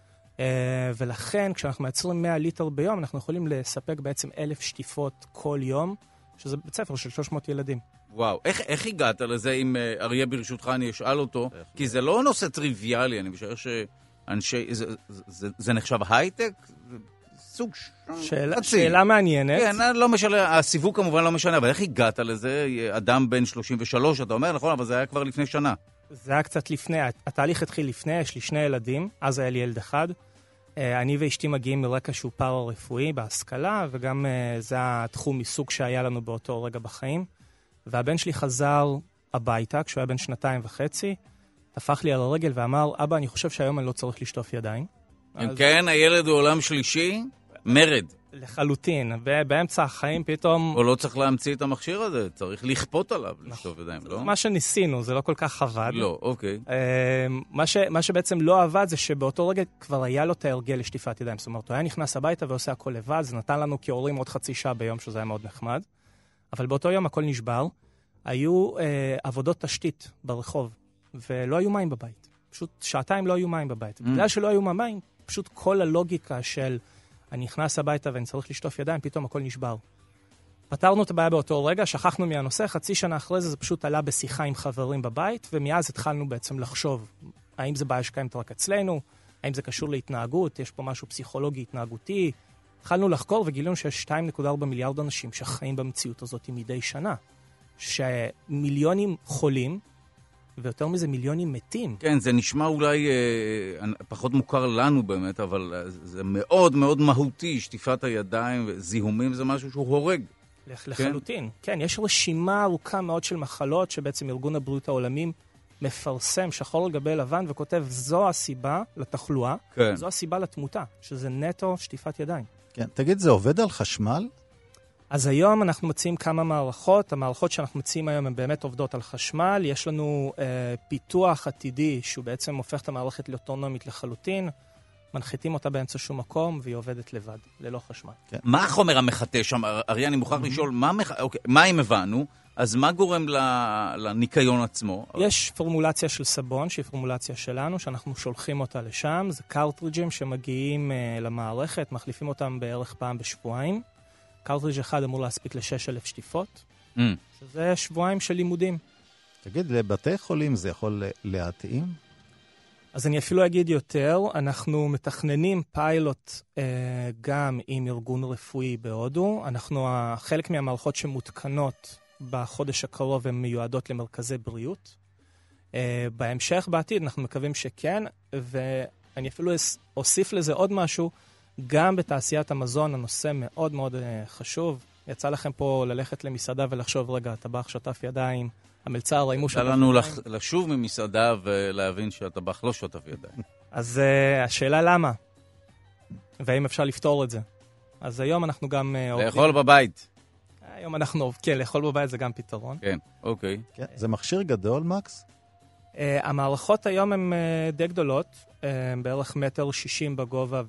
ולכן כשאנחנו מייצרים 100 ליטר ביום, אנחנו יכולים לספק בעצם 1,000 שטיפות כל יום, שזה בית ספר של 300 ילדים. וואו, איך הגעת לזה? אם אריה ברשותך אני אשאל אותו, כי זה לא נושא טריוויאלי, אני משער שאנשי, זה נחשב הייטק? סוג שאלה מעניינת. כן, לא משנה, הסיווג כמובן לא משנה, אבל איך הגעת לזה? אדם בן 33, אתה אומר, נכון, אבל זה היה כבר לפני שנה. זה היה קצת לפני, התהליך התחיל לפני, יש לי 2 ילדים, אז היה לי ילד אחד. אני ואשתי מגיעים מרקע שהוא פארה-רפואי בהשכלה, וגם זה התחום מסוג שהיה לנו באותו רגע בחיים. והבן שלי חזר הביתה כשהוא היה בן 2.5, תפח לי על הרגל ואמר, אבא, אני חושב שהיום אני לא צריך לשטוף ידיים. אם כן, הילד הוא עולם שלישי, מרד. לחלוטין, ובאמצע החיים פתאום... או לא צריך להמציא את המכשיר הזה, צריך לכפות עליו לשטוף ידיים, לא? מה שניסינו, זה לא כל כך עבד. לא, אוקיי. מה שבעצם לא עבד זה שבאותו רגע כבר היה לו את ההרגל לשטיפת ידיים. זאת אומרת, הוא היה נכנס הביתה ועושה הכל לבד, זה נתן לנו כהורים עוד חצי שעה ביום, שזה היה מאוד נחמד. אבל באותו יום הכל נשבר. היו עבודות תשתית ברחוב, ולא היו מים בבית. פשוט 2 שעתיים לא היו מים בבית. בגלל שלא היו מים, פשוט כל הלוגיקה של אני נכנס הביתה ואני צריך לשטוף ידיים, פתאום הכל נשבר. פתרנו את הבעיה באותו רגע, שכחנו מהנושא, חצי שנה אחרי זה פשוט עלה בשיחה עם חברים בבית, ומאז התחלנו בעצם לחשוב, האם זה בעיה שקיימת רק אצלנו, האם זה קשור להתנהגות, יש פה משהו פסיכולוגי התנהגותי. התחלנו לחקור וגילינו שיש 2.4 מיליארד אנשים שחיים במציאות הזאת מדי שנה. שמיליונים חולים, ויותר מזה מיליונים מתים. כן, זה נשמע אולי פחות מוכר לנו באמת, אבל זה מאוד מאוד מהותי, שטיפת הידיים וזיהומים זה משהו שהוא הורג. לחלוטין. כן, יש רשימה ארוכה מאוד של מחלות שבעצם ארגון הבריאות העולמי מפרסם שחור על גבי לבן וכותב זו הסיבה לתחלואה, כן. זו הסיבה לתמותה, שזה נטו שטיפת ידיים. כן, תגיד, זה עובד על חשמל? אז היום אנחנו מציעים כמה מערכות. המערכות שאנחנו מציעים היום הן באמת עובדות על חשמל. יש לנו פיתוח עתידי שהוא בעצם הופך את המערכת לאוטונומית לחלוטין. מנחיתים אותה באמצע שום מקום והיא עובדת לבד, ללא חשמל. כן. מה החומר המחטא שם? אריה, אני מוכרח לשאול, מה אם הבנו? אז מה גורם לניקיון עצמו? יש פורמולציה של סבון, שהיא פורמולציה שלנו, שאנחנו שולחים אותה לשם. זה קרטריג'ים שמגיעים למערכת, מחליפים אותם בערך פעם בשבועיים. קרטריג' אחד אמור להספיק ל6,000 שטיפות. שזה שבועיים של לימודים. תגיד, לבתי חולים זה יכול להתאים? אז אני אפילו אגיד יותר, אנחנו מתכננים פיילוט גם עם ארגון רפואי בהודו. חלק מהמערכות שמותקנות בחודש הקרוב הן מיועדות למרכזי בריאות. בהמשך, בעתיד, אנחנו מקווים שכן, ואני אפילו אוסיף לזה עוד משהו, גם בתעשיית המזון הנושא מאוד מאוד חשוב. יצא לכם פה ללכת למסעדה ולחשוב, רגע, הטבח שטף ידיים, המלצר, האם הוא שטף ידיים? יצא לנו לשוב ממסעדה ולהבין שהטבח לא שטף ידיים. אז השאלה למה? והאם אפשר לפתור את זה? אז היום אנחנו גם... לאכול בבית. היום אנחנו, כן, לאכול בבית זה גם פתרון. כן, אוקיי. כן, זה מכשיר גדול, מקס? המערכות היום הן די גדולות, בערך 1.60 מטר בגובה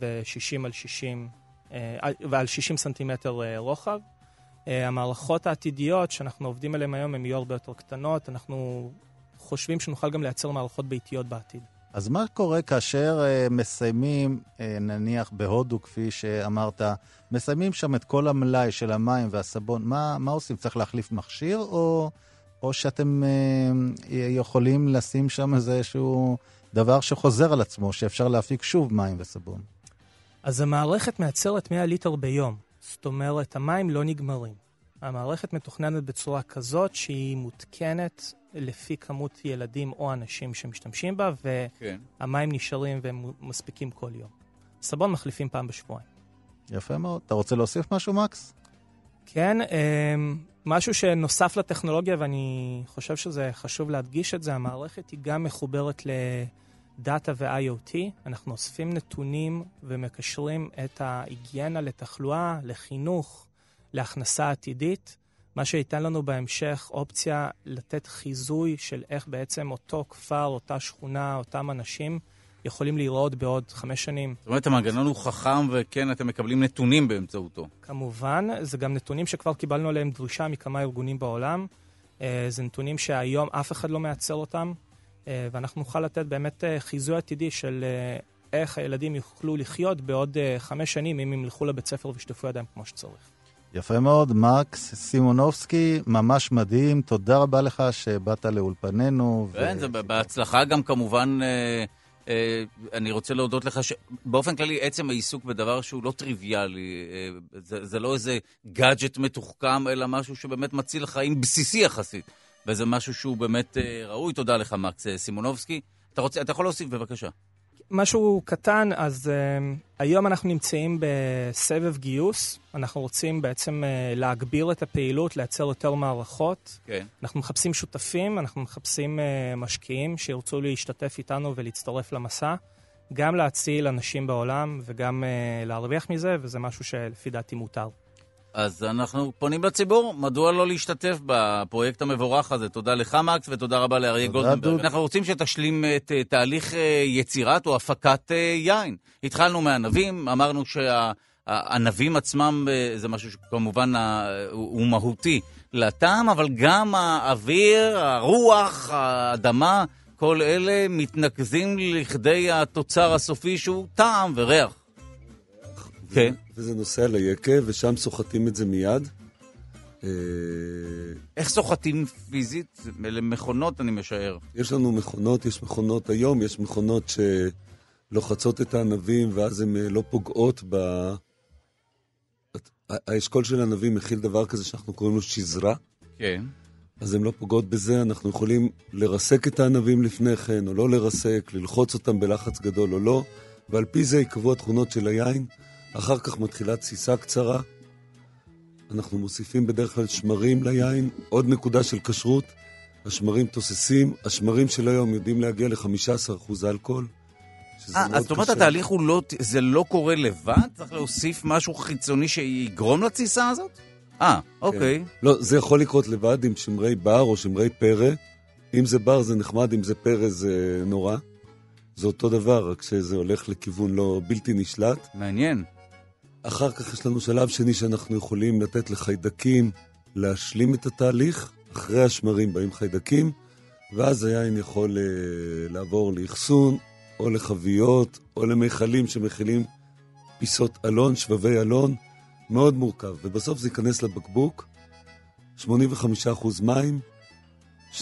ועל 60 סנטימטר רוחב. המערכות העתידיות שאנחנו עובדים עליהן היום הן יהיו הרבה יותר קטנות. אנחנו חושבים שנוכל גם לייצר מערכות ביתיות בעתיד. אז מה קורה כאשר מסיימים, נניח בהודו, כפי שאמרת, מסיימים שם את כל המלאי של המים והסבון, מה עושים? צריך להחליף מכשיר, או שאתם יכולים לשים שם איזשהו דבר שחוזר על עצמו, שאפשר להפיק שוב מים וסבון? אז המערכת מייצרת 100 ליטר ביום. זאת אומרת, המים לא נגמרים. המערכת מתוכננת בצורה כזאת שהיא מותקנת לפי כמות ילדים או אנשים שמשתמשים בה, והמים נשארים והם מספיקים כל יום. סבון מחליפים פעם בשבועיים. יפה מאוד. אתה רוצה להוסיף משהו, מקס? כן, משהו שנוסף לטכנולוגיה, ואני חושב שזה חשוב להדגיש את זה, המערכת היא גם מחוברת לדאטה ו-IoT. אנחנו אוספים נתונים ומקשרים את ההיגיינה לתחלואה, לחינוך, להכנסה עתידית, מה שייתן לנו בהמשך אופציה לתת חיזוי של איך בעצם אותו כפר, אותה שכונה, אותם אנשים יכולים להיראות בעוד 5 שנים. זאת אומרת, המנגנון הוא חכם וכן, אתם מקבלים נתונים באמצעותו. כמובן, זה גם נתונים שכבר קיבלנו עליהם דרישה מכמה ארגונים בעולם. זה נתונים שהיום אף אחד לא מייצר אותם, ואנחנו נוכל לתת באמת חיזוי עתידי של איך הילדים יוכלו לחיות בעוד 5 שנים אם הם ילכו לבית ספר ושטפו ידיים כמו שצריך. יפה מאוד, מקס סימונובסקי, ממש מדהים, תודה רבה לך שבאת לאולפנינו. כן, זה בהצלחה גם כמובן, אני רוצה להודות לך שבאופן כללי עצם העיסוק בדבר שהוא לא טריוויאלי, זה לא איזה גאדג'ט מתוחכם, אלא משהו שבאמת מציל חיים בסיסי יחסית, וזה משהו שהוא באמת ראוי. תודה לך, מקס סימונובסקי. אתה יכול להוסיף בבקשה. משהו קטן, אז היום אנחנו נמצאים בסבב גיוס, אנחנו רוצים בעצם להגביר את הפעילות, לייצר יותר מערכות. כן. אנחנו מחפשים שותפים, אנחנו מחפשים משקיעים שירצו להשתתף איתנו ולהצטרף למסע, גם להציל אנשים בעולם וגם להרוויח מזה, וזה משהו שלפי דעתי מותר. אז אנחנו פונים לציבור, מדוע לא להשתתף בפרויקט המבורך הזה? תודה לך, מקס, ותודה רבה לאריה גולדנברג. אנחנו רוצים שתשלים את תהליך יצירת או הפקת יין. התחלנו מהענבים, אמרנו שהענבים עצמם זה משהו שכמובן הוא מהותי לטעם, אבל גם האוויר, הרוח, האדמה, כל אלה מתנקזים לכדי התוצר הסופי שהוא טעם וריח. כן. וזה נוסע ליקה, ושם סוחטים את זה מיד. איך סוחטים פיזית? אלה מכונות, אני משער. יש לנו מכונות, יש מכונות היום, יש מכונות שלוחצות את הענבים, ואז הן לא פוגעות האשכול של הענבים מכיל דבר כזה שאנחנו קוראים לו שזרה. כן. אז הן לא פוגעות בזה, אנחנו יכולים לרסק את הענבים לפני כן, או לא לרסק, ללחוץ אותם בלחץ גדול או לא, ועל פי זה יקבעו התכונות של היין. אחר כך מתחילה תסיסה קצרה, אנחנו מוסיפים בדרך כלל שמרים ליין, עוד נקודה של כשרות, השמרים תוססים, השמרים של היום יודעים להגיע ל-15% אלכוהול, אז זאת אומרת, התהליך הוא לא, זה לא קורה לבד? צריך להוסיף משהו חיצוני שיגרום לתסיסה הזאת? אוקיי. לא, זה יכול לקרות לבד עם שמרי בר או שמרי פרא, אם זה בר זה נחמד, אם זה פרא זה נורא. זה אותו דבר, רק שזה הולך לכיוון לא בלתי נשלט. מעניין. אחר כך יש לנו שלב שני שאנחנו יכולים לתת לחיידקים להשלים את התהליך. אחרי השמרים באים חיידקים, ואז היין יכול לעבור לאחסון, או לחביות, או למחלים שמכילים פיסות אלון, שבבי אלון. מאוד מורכב. ובסוף זה ייכנס לבקבוק, 85% מים, 12-14%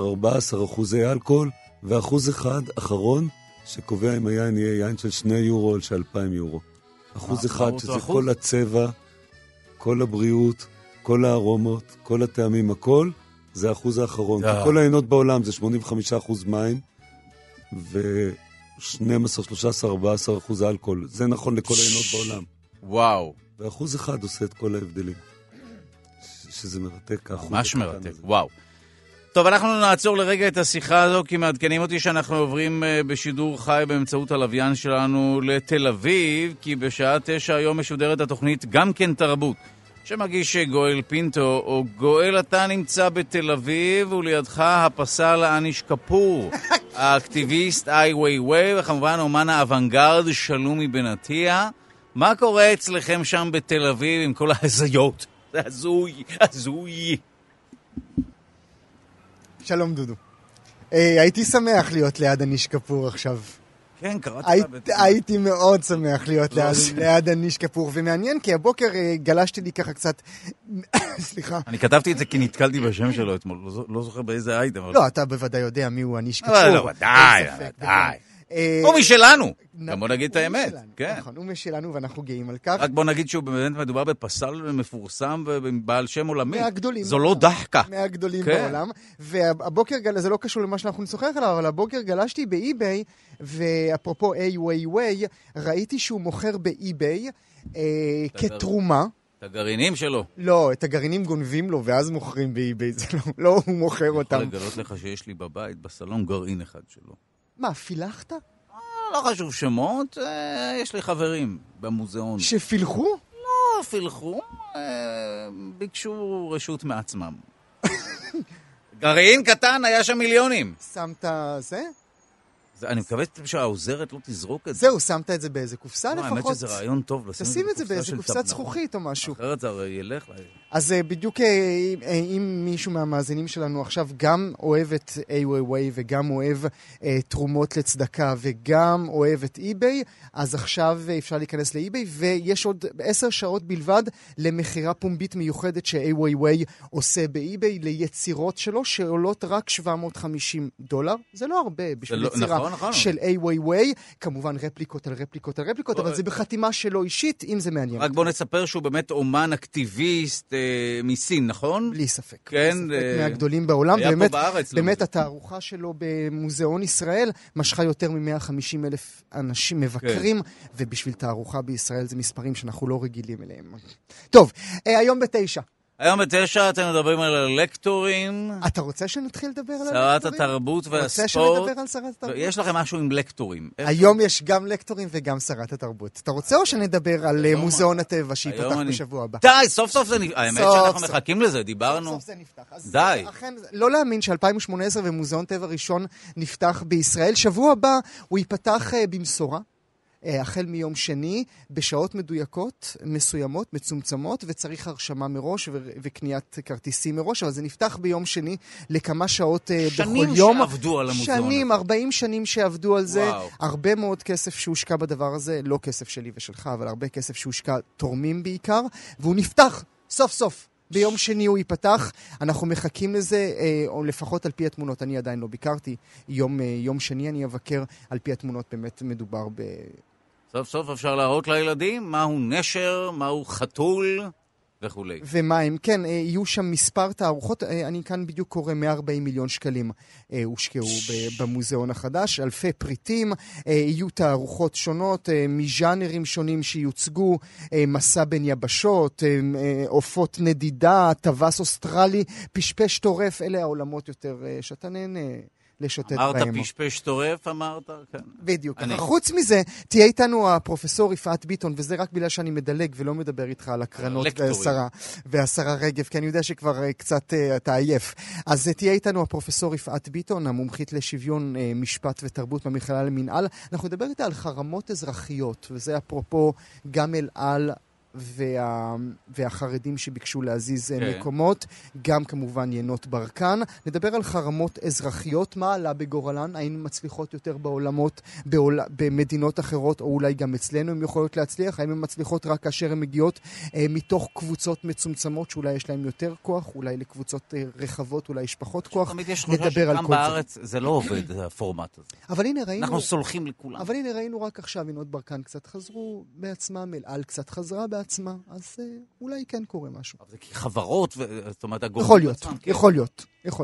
אלכוהול, ו1% אחרון, שקובע אם היין יהיה יין של 2 יורו או של 2,000 יורו. 1% שזה כל הצבע, כל הבריאות, כל הארומות, כל הטעמים, הכל, זה 1% האחרון. כל העינות בעולם זה 85% מים, ו12, 13, 14% אלכוהול. זה נכון לכל העינות בעולם. וואו. ו1% עושה את כל ההבדלים. שזה מרתק. ממש מרתק, וואו. טוב, אנחנו נעצור לרגע את השיחה הזו, כי מעדכנים אותי שאנחנו עוברים בשידור חי באמצעות הלוויין שלנו לתל אביב, כי בשעה 9 היום משודרת התוכנית גם כן תרבות, שמגיש גואל פינטו, או גואל אתה נמצא בתל אביב, ולידך הפסל אניש קפור, האקטיביסט איי ווי ווי, וכמובן אומן האוונגרד שלומי בנתיה. מה קורה אצלכם שם בתל אביב עם כל ההזיות? זה הזוי, הזוי. שלום דודו. הייתי שמח להיות ליד אניש כפור עכשיו. כן, קראתי לה. הייתי מאוד שמח להיות ליד אניש כפור, ומעניין כי הבוקר גלשתי לי ככה קצת, סליחה. אני כתבתי את זה כי נתקלתי בשם שלו אתמול, לא זוכר באיזה אייטם. לא, אתה בוודאי יודע מי הוא אניש כפור. לא, די. הוא משלנו. גם בוא נגיד את האמת. נכון, הוא משלנו ואנחנו גאים על כך. רק בוא נגיד שהוא באמת מדובר בפסל מפורסם ובעל שם עולמי. מהגדולים. זו לא דחקה. מהגדולים בעולם. והבוקר, זה לא קשור למה שאנחנו נשוחח עליו, אבל הבוקר גלשתי באי-ביי, ואפרופו איי-ווי-ווי, ראיתי שהוא מוכר באי-ביי כתרומה. את הגרעינים שלו. לא, את הגרעינים גונבים לו, ואז מוכרים באי-ביי. זה לא, הוא מוכר אותם. אני יכול לגלות לך שיש לי בבית, בסלון, גרעין אחד שלו. מה, פילחת? לא חשוב שמות, יש לי חברים במוזיאון. שפילחו? לא, פילחו, ביקשו רשות מעצמם. גרעין קטן, היה שם מיליונים. שמת זה? אני מקווה שהעוזרת לא תזרוק את זה. זהו, שמת את זה באיזה קופסה לפחות? האמת שזה רעיון טוב, תשים את זה באיזה קופסת זכוכית או משהו. אחרת זה הרי ילך. אז בדיוק אם מישהו מהמאזינים שלנו עכשיו גם אוהב את איי-ווי-ווי וגם אוהב תרומות לצדקה וגם אוהב את אי-ביי, אז עכשיו אפשר להיכנס לאי-ביי, ויש עוד 10 שעות בלבד למחירה פומבית מיוחדת שאיי-ווי-ווי עושה באי-ביי ליצירות שלו שעולות רק $750. זה לא הרבה בשביל יצירה של איי-ווי-ווי, כמובן רפליקות על רפליקות על רפליקות, אבל זה בחתימה שלו אישית, אם זה מעניין. רק בוא נספר שהוא באמת אומן אקטיביסט מסין, נכון? בלי ספק. כן. מהגדולים בעולם, באמת התערוכה שלו במוזיאון ישראל משכה יותר מ-150,000 אנשים מבקרים, ובשביל תערוכה בישראל זה מספרים שאנחנו לא רגילים אליהם. טוב, היום ב9. היום ב9 אתם מדברים על הלקטורים. אתה רוצה שנתחיל לדבר על הלקטורים? שרת התרבות והספורט. רוצה שנדבר על שרת התרבות? יש לכם משהו עם לקטורים. היום יש גם לקטורים וגם שרת התרבות. אתה רוצה או שנדבר על מוזיאון הטבע שיפתח בשבוע הבא? די, סוף סוף זה נפתח. האמת שאנחנו מחכים לזה, דיברנו. סוף סוף זה נפתח. די. אכן, לא להאמין ש-2018 ומוזיאון טבע ראשון נפתח בישראל. שבוע הבא הוא ייפתח במשורה. החל מיום שני, בשעות מדויקות, מסוימות, מצומצמות, וצריך הרשמה מראש וקניית כרטיסים מראש, אבל זה נפתח ביום שני לכמה שעות בכל יום. שנים שעבדו על המוזיאון. שנים, 40 שנים שעבדו על זה. וואו. הרבה מאוד כסף שהושקע בדבר הזה, לא כסף שלי ושלך, אבל הרבה כסף שהושקע תורמים בעיקר, והוא נפתח סוף סוף. ביום שני הוא ייפתח, אנחנו מחכים לזה, או לפחות על פי התמונות, אני עדיין לא ביקרתי, יום שני אני אבקר, על פי התמונות באמת מדובר סוף סוף אפשר להראות לילדים מהו נשר, מהו חתול וכו'. ומה הם? כן, יהיו שם מספר תערוכות, אני כאן בדיוק קורא 140 מיליון שקלים הושקעו במוזיאון החדש, אלפי פריטים, יהיו תערוכות שונות, מז'אנרים שונים שיוצגו, מסע בין יבשות, עופות נדידה, טווס אוסטרלי, פשפש טורף, אלה העולמות יותר שאתה נהנה לשוטט בהם. אמרת פשפש טורף, אמרת? כן. בדיוק. חוץ מזה, תהיה איתנו הפרופסור יפעת ביטון, וזה רק בגלל שאני מדלג ולא מדבר איתך על הקרנות והשרה רגב, כי אני יודע שכבר קצת אתה עייף. אז תהיה איתנו הפרופסור יפעת ביטון, המומחית לשוויון משפט ותרבות במכללה למינהל. אנחנו נדבר איתה על חרמות אזרחיות, וזה אפרופו גם אל על והחרדים שביקשו להזיז מקומות, גם כמובן ינות ברקן. נדבר על חרמות אזרחיות, מה עלה בגורלן, האם מצליחות יותר בעולמות, במדינות אחרות, או אולי גם אצלנו הן יכולות להצליח, האם הן מצליחות רק כאשר הן מגיעות מתוך קבוצות מצומצמות, שאולי יש להן יותר כוח, אולי לקבוצות רחבות, אולי יש פחות כוח. תמיד יש חושב שגם בארץ זה לא עובד, הפורמט הזה. אבל הנה ראינו... אנחנו סולחים לכולם. אבל הנה ראינו רק עכשיו, ינות ברקן קצת חזרו בעצמם, אל על קצת חזרה בעצמה, אז אולי כן קורה משהו. אבל זה כי חברות, זאת אומרת, יכול להיות.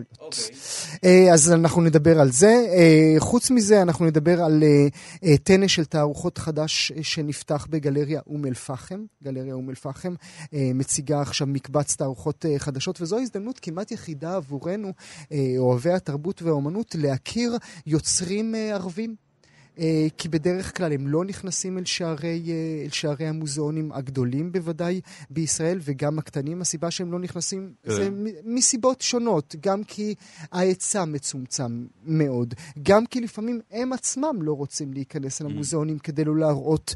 אז אנחנו נדבר על זה. חוץ מזה, אנחנו נדבר על טנא של תערוכות חדש שנפתח בגלריה אום אל-פחם. גלריה אום אל-פחם מציגה עכשיו מקבץ תערוכות חדשות, וזו הזדמנות כמעט יחידה עבורנו, אוהבי התרבות והאומנות, להכיר יוצרים ערבים. כי בדרך כלל הם לא נכנסים אל שערי המוזיאונים הגדולים בוודאי בישראל, וגם הקטנים. הסיבה שהם לא נכנסים זה מסיבות שונות, גם כי ההיצע מצומצם מאוד, גם כי לפעמים הם עצמם לא רוצים להיכנס אל המוזיאונים כדי לא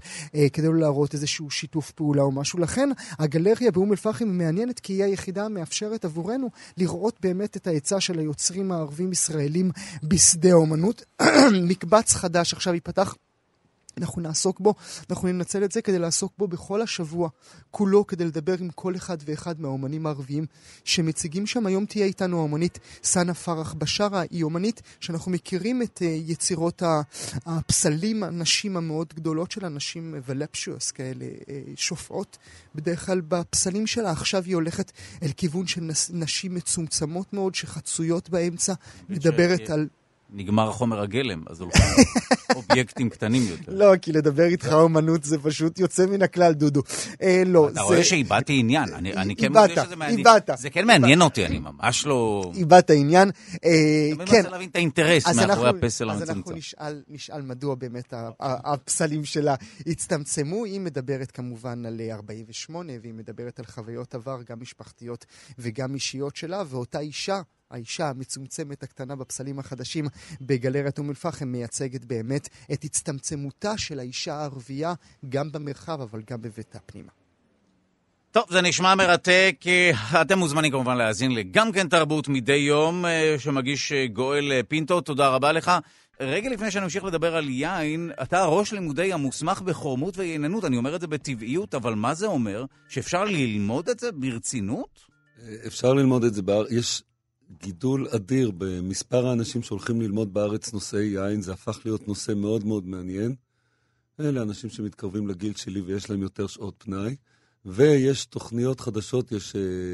להראות איזשהו שיתוף פעולה או משהו. לכן הגלריה באום אל-פחם מעניינת, כי היא היחידה המאפשרת עבורנו לראות באמת את ההיצע של היוצרים הערבים ישראלים בשדה האומנות. מקבץ חדש עכשיו ייפתח, אנחנו נעסוק בו, אנחנו ננצל את זה כדי לעסוק בו בכל השבוע כולו, כדי לדבר עם כל אחד ואחד מהאומנים הערביים שמציגים שם. היום תהיה איתנו האומנית סנה פרח בשארה, היא אומנית שאנחנו מכירים את יצירות הפסלים, הנשים המאוד גדולות שלה, נשים ולפשוס כאלה, שופעות בדרך כלל בפסלים שלה. עכשיו היא הולכת אל כיוון של נשים מצומצמות מאוד שחצויות באמצע, מדברת על... נגמר חומר הגלם, אז הולכים אובייקטים קטנים יותר. לא, כי לדבר איתך אומנות זה פשוט יוצא מן הכלל, דודו. לא, אתה רואה שאיבדתי עניין. אני כן מודה שזה מעניין. זה כן מעניין אותי, אני ממש לא... איבדת עניין. אני מנסה להבין את האינטרס מאחורי הפסל המצומצם. אז אנחנו נשאל מדוע באמת הפסלים שלה הצטמצמו. היא מדברת כמובן על 48, והיא מדברת על חוויות עבר, גם משפחתיות וגם אישיות שלה, ואותה האישה המצומצמת הקטנה בפסלים החדשים בגלריית אום אל-פחם מייצגת באמת את הצטמצמותה של האישה הערבייה, גם במרחב אבל גם בביתה פנימה. טוב, זה נשמע מרתק. אתם מוזמנים כמובן להאזין גם כן תרבות מדי יום שמגיש גואל פינטו. תודה רבה לך. רגע לפני שנמשיך לדבר על יין, אתה ראש לימודי המוסמך בחורמות וייננות. אני אומר את זה בטבעיות, אבל מה זה אומר? שאפשר ללמוד את זה ברצינות? אפשר ללמוד את זה יש גידול אדיר במספר האנשים שהולכים ללמוד בארץ נושאי יין. זה הפך להיות נושא מאוד מאוד מעניין. אלה אנשים שמתקרבים לגיל שלי ויש להם יותר שעות פנאי. ויש תוכניות חדשות, יש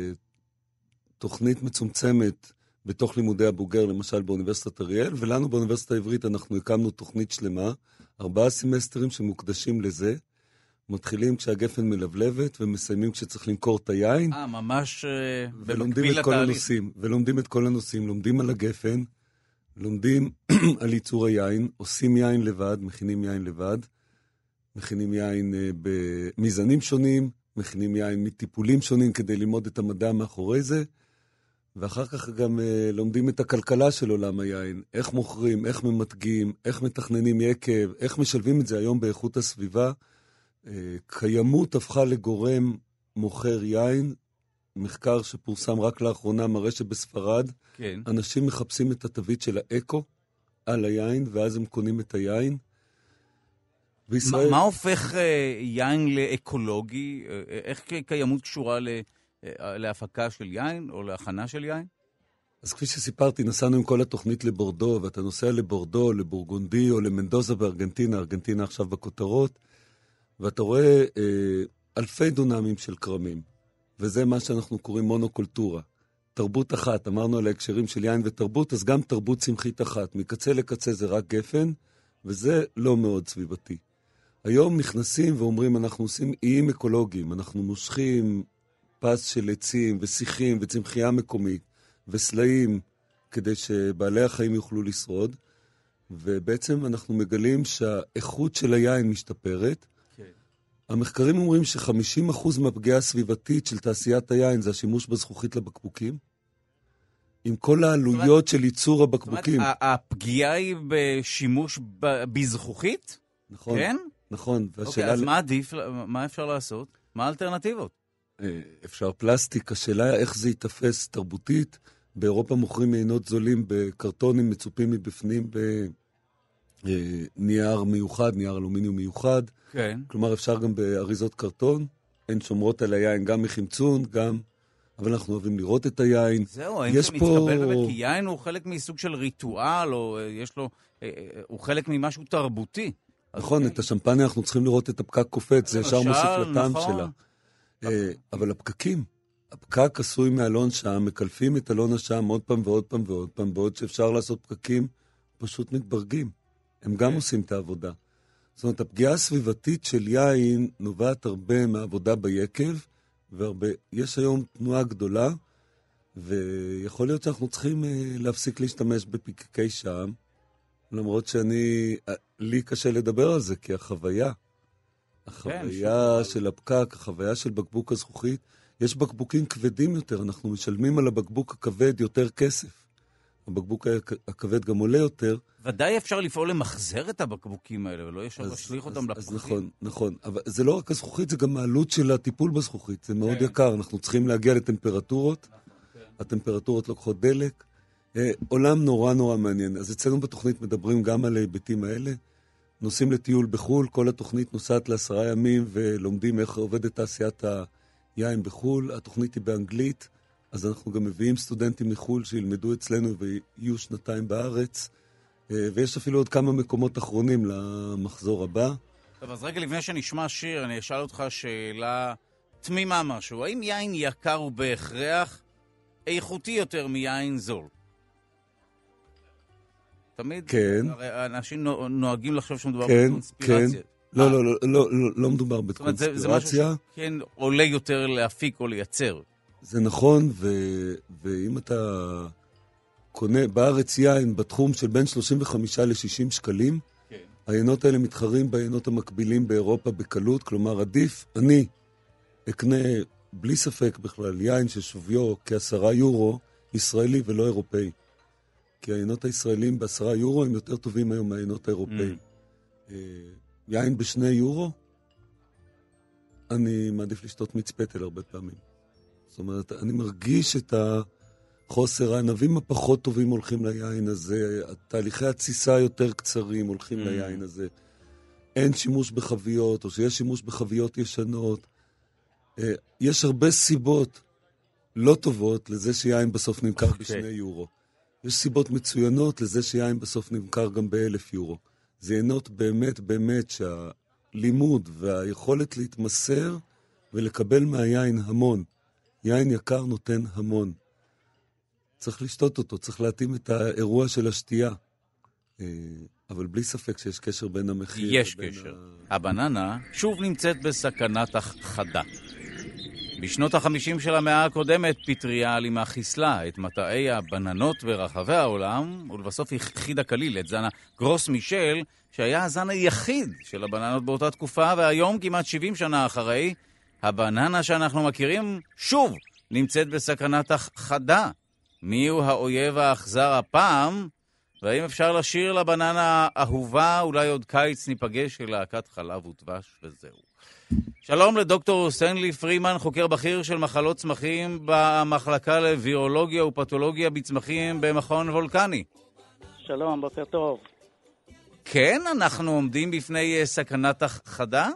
תוכנית מצומצמת בתוך לימודי הבוגר, למשל באוניברסיטת אריאל, ולנו באוניברסיטה העברית אנחנו הקמנו תוכנית שלמה, 4 סמסטרים שמוקדשים לזה. מתחילים כשהגפן מלבלבת ומסיימים כשצריך למכור את היין. ממש במקביל לתהליך. ולומדים את כל הנושאים, לומדים על הגפן, לומדים על ייצור היין, עושים יין לבד, מכינים יין לבד, מכינים יין במזנים שונים, מכינים יין מטיפולים שונים כדי ללמוד את המדע מאחורי זה, ואחר כך גם לומדים את הכלכלה של עולם היין, איך מוכרים, איך ממתגים, איך מתכננים יקב, איך משלבים את זה היום באיכות הסביבה. קיימות הפכה לגורם מוכר יין. מחקר שפורסם רק לאחרונה מראה שבספרד כן. אנשים מחפשים את התווית של האקו על היין, ואז הם קונים את היין. בישראל... מה הופך יין לאקולוגי? איך קיימות קשורה להפקה של יין או להכנה של יין? אז כפי שסיפרתי, נסענו עם כל התוכנית לבורדו, ואתה נוסע לבורדו, לבורגונדי או למנדוזה בארגנטינה, ארגנטינה עכשיו בכותרות, ואתה רואה אלפי דונמים של קרמים, וזה מה שאנחנו קוראים מונוקולטורה. תרבות אחת, אמרנו על ההקשרים של יין ותרבות, אז גם תרבות צמחית אחת. מקצה לקצה זה רק גפן, וזה לא מאוד סביבתי. היום נכנסים ואומרים, אנחנו עושים איים אקולוגיים, אנחנו מושכים פס של עצים ושיחים וצמחייה מקומית וסלעים, כדי שבעלי החיים יוכלו לשרוד, ובעצם אנחנו מגלים שהאיכות של היין משתפרת. המחקרים אומרים ש50% מהפגיעה הסביבתית של תעשיית היין זה השימוש בזכוכית לבקבוקים, עם כל העלויות של ייצור הבקבוקים. זאת אומרת, הפגיעה היא בשימוש בזכוכית? נכון. כן? נכון. אוקיי, אז מה עדיף? מה אפשר לעשות? מה האלטרנטיבות? אפשר פלסטיק. השאלה היא איך זה יתפס תרבותית. באירופה מוכרים יינות זולים בקרטונים מצופים מבפנים נייר מיוחד, נייר אלומיניום מיוחד. כן. כלומר, אפשר גם באריזות קרטון. הן שומרות על היין גם מחמצון, גם... אבל אנחנו אוהבים לראות את היין. זהו, האם זה מתקבל באמת? כי יין הוא חלק מסוג של ריטואל, או יש לו... הוא חלק ממשהו תרבותי. נכון, את השמפניה אנחנו צריכים לראות את הפקק קופץ, זה ישר מוסיף לטעם שלה. אבל הפקקים, הפקק עשוי מאלון שם, מקלפים את אלון השם עוד פעם ועוד פעם ועוד פעם, בעוד שאפשר לעשות פקקים, פשוט מתברגים. הם גם עושים את העבודה. זאת אומרת, הפגיעה הסביבתית של יין נובעת הרבה מהעבודה ביקב, יש היום תנועה גדולה, ויכול להיות שאנחנו צריכים להפסיק להשתמש בפיקקי שם, למרות לי קשה לדבר על זה, כי החוויה של הפקק, החוויה של בקבוק הזכוכית, יש בקבוקים כבדים יותר, אנחנו משלמים על הבקבוק הכבד יותר כסף. הבקבוק הכבד גם עולה יותר. ודאי אפשר לפעול למחזר את הבקבוקים האלה, ולא ישר להשליך אותם לפחים. אז נכון. אבל זה לא רק הזכוכית, זה גם העלות של הטיפול בזכוכית. זה מאוד יקר, אנחנו צריכים להגיע לטמפרטורות. הטמפרטורות לוקחות דלק. עולם נורא מעניין. אז אצלנו בתוכנית מדברים גם על ההיבטים האלה. נוסעים לטיול בחול, כל התוכנית נוסעת ל10 ימים, ולומדים איך עובדת תעשיית היין בחול. התוכנית היא באנגלית. אז אנחנו גם מביאים סטודנטים מחול שילמדו אצלנו ויהיו 2 בארץ, ויש אפילו עוד כמה מקומות אחרונים למחזור הבא. טוב, אז רגע לפני שנשמע שיר, אני אשאל אותך שאלה תמימה משהו. האם יין יקר הוא בהכרח איכותי יותר מיין זול? תמיד כן. אנשים נוהגים לחשוב שמדובר בקונספירציה. כן. לא מדובר בקונספירציה. זה משהו שכן עולה יותר להפיק או לייצר. זה נכון, ואם אתה קונה בארץ יין בתחום של בין 35 ל-60 שקלים, העיינות האלה מתחרים בעיינות המקבילים באירופה בקלות, כלומר עדיף, אני אקנה בלי ספק בכלל יין ששוויו כ10 יורו ישראלי ולא אירופאי. כי העיינות הישראלים ב10 יורו הם יותר טובים היום מהעיינות האירופאים. יין ב2 יורו, אני מעדיף לשתות מצפתל הרבה פעמים. זאת אומרת, אני מרגיש את החוסר, הענבים הפחות טובים הולכים ליין הזה, תהליכי התסיסה יותר קצרים הולכים ליין הזה. אין שימוש בחביות, או שיש שימוש בחביות ישנות. יש הרבה סיבות לא טובות לזה שיין בסוף נמכר ב2 יורו. יש סיבות מצוינות לזה שיין בסוף נמכר גם ב1,000 יורו. זה עיינות באמת שהלימוד והיכולת להתמסר ולקבל מהיין המון. יין יקר נותן המון. צריך לשתות אותו, צריך להתאים את האירוע של השתייה. אבל בלי ספק שיש קשר בין המחיר. יש קשר. הבננה שוב נמצאת בסכנת הכחדה. בשנות ה-50 של המאה הקודמת פטריה אלימה חיסלה את מטעי הבננות ברחבי העולם, ולבסוף הכחידה כליל את זן הגרוס מישל, שהיה הזן היחיד של הבננות באותה תקופה, והיום כמעט 70 שנה אחרי, הבננה שאנחנו מכירים שוב נמצאת בסכנת הכחדה. מיהו האויב האכזר הפעם? והאם אפשר לשיר לבננה אהובה, אולי עוד קיץ ניפגש של להקת חלב ודבש וזהו. שלום לדוקטור סטנלי פרימן, חוקר בכיר של מחלות צמחים במחלקה לווירולוגיה ופתולוגיה בצמחים במכון וולקני. שלום, בוקר טוב. כן, אנחנו עומדים בפני סכנת הכחדה?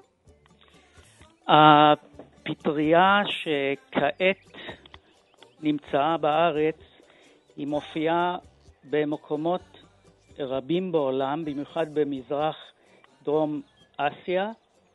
הפטריה שכעת נמצאה בארץ, היא מופיעה במקומות רבים בעולם, במיוחד במזרח דרום אסיה,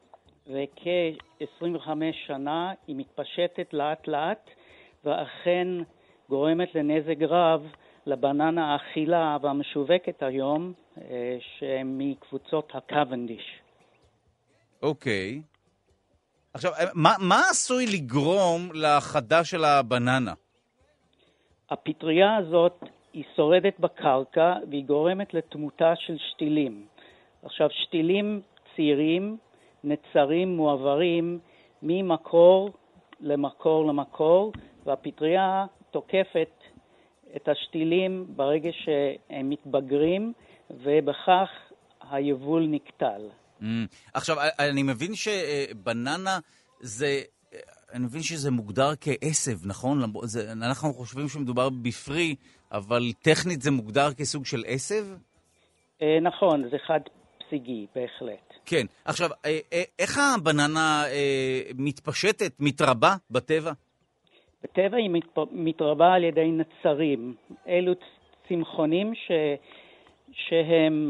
וכ-25 שנה היא מתפשטת לאט לאט, ואכן גורמת לנזק רב לבננה האכילה והמשווקת היום, שמקבוצות הקוונדיש. אוקיי. עכשיו, מה עשוי לגרום להחדה של הבננה? הפטריה הזאת היא שורדת בקרקע והיא גורמת לתמותה של שתילים. עכשיו, שתילים צעירים, נצרים, מועברים ממקור למקור, והפטריה תוקפת את השתילים ברגע שהם מתבגרים, ובכך היבול נקטל. עכשיו, אני מבין שבננה אני מבין שזה מוגדר כעשב, נכון? אנחנו חושבים שמדובר בפרי, אבל טכנית זה מוגדר כסוג של עשב? נכון, זה חד פסיגי, בהחלט. כן. עכשיו, איך הבננה מתפשטת, מתרבה בטבע? בטבע היא מתרבה על ידי נצרים. אלו צמחונים שהם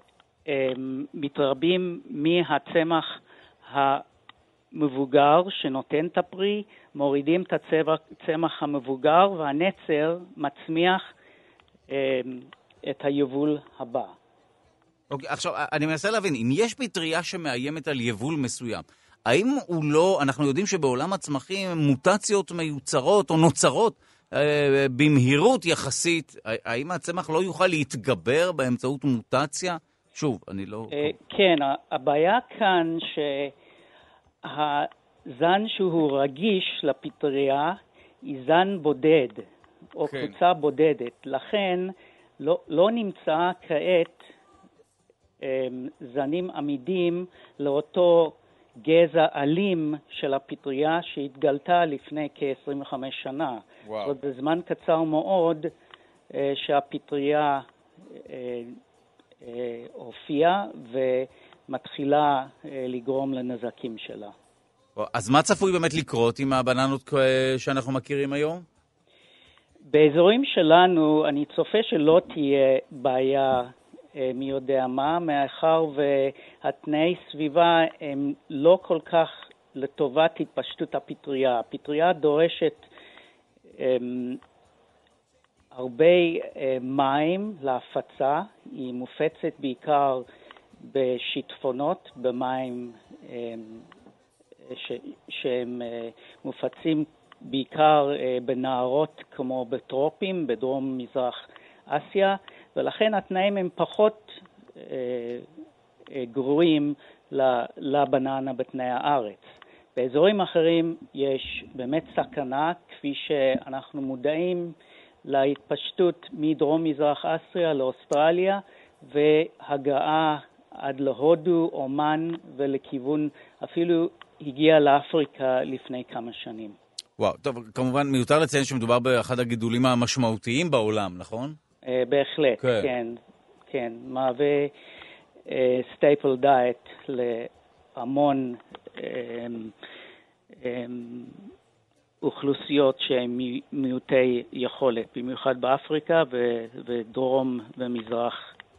מתרבים מהצמח המבוגר שנותן את הפרי, מורידים את הצמח המבוגר, והנצר מצמיח את היבול הבא. אוקיי, עכשיו, אני מנסה להבין, אם יש פטריה שמאיימת על יבול מסוים, האם הוא לא, אנחנו יודעים שבעולם הצמחים מוטציות מיוצרות או נוצרות במהירות יחסית, האם הצמח לא יוכל להתגבר באמצעות מוטציה? שוב, אני לא... כן, הבעיה כאן שהזן שהוא רגיש לפטריה היא זן בודד, או קבוצה בודדת. לכן לא נמצא כעת זנים עמידים לאותו גזע אלים של הפטריה שהתגלתה לפני כ-25 שנה. זאת זה זמן קצר מאוד שהפטריה הופיעה ומתחילה לגרום לנזקים שלה. אז מה צפוי באמת לקרות עם הבננות שאנחנו מכירים היום? באזורים שלנו אני צופה שלא תהיה בעיה מי יודע מה, מאחר והתנאי סביבה הם לא כל כך לטובת התפשטות הפטריה. הפטריה דורשת הרבה מים להפצה, היא מופצת בעיקר בשיטפונות, במים שהם מופצים בעיקר בנהרות כמו בטרופים, בדרום מזרח אסיה, ולכן התנאים הם פחות גרועים לבננה בתנאי הארץ. באזורים אחרים יש באמת סכנה, כפי שאנחנו מודעים להתפשטות מדרום מזרח אסיה לאוסטרליה, והגעה עד להודו, אומן ולכיוון, אפילו הגיע לאפריקה לפני כמה שנים. וואו, טוב, כמובן מיותר לציין שמדובר באחד הגידולים המשמעותיים בעולם, נכון? בהחלט, כן, מהווה סטייפל דיאט להמון אוכלוסיות שהן מיעוטי יכולת, במיוחד באפריקה ודרום ומזרח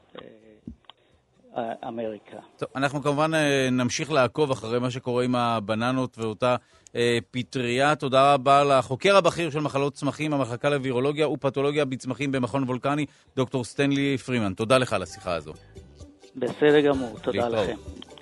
אמריקה. טוב, אנחנו כמובן נמשיך לעקוב אחרי מה שקורה עם הבננות ואותה פטריה. תודה רבה לחוקר הבכיר של מחלות צמחים, המחלקה לווירולוגיה ופתולוגיה בצמחים במכון וולקני, דוקטור סטנלי פרימן. תודה לך על השיחה הזו. בסדר גמור, תודה לכם.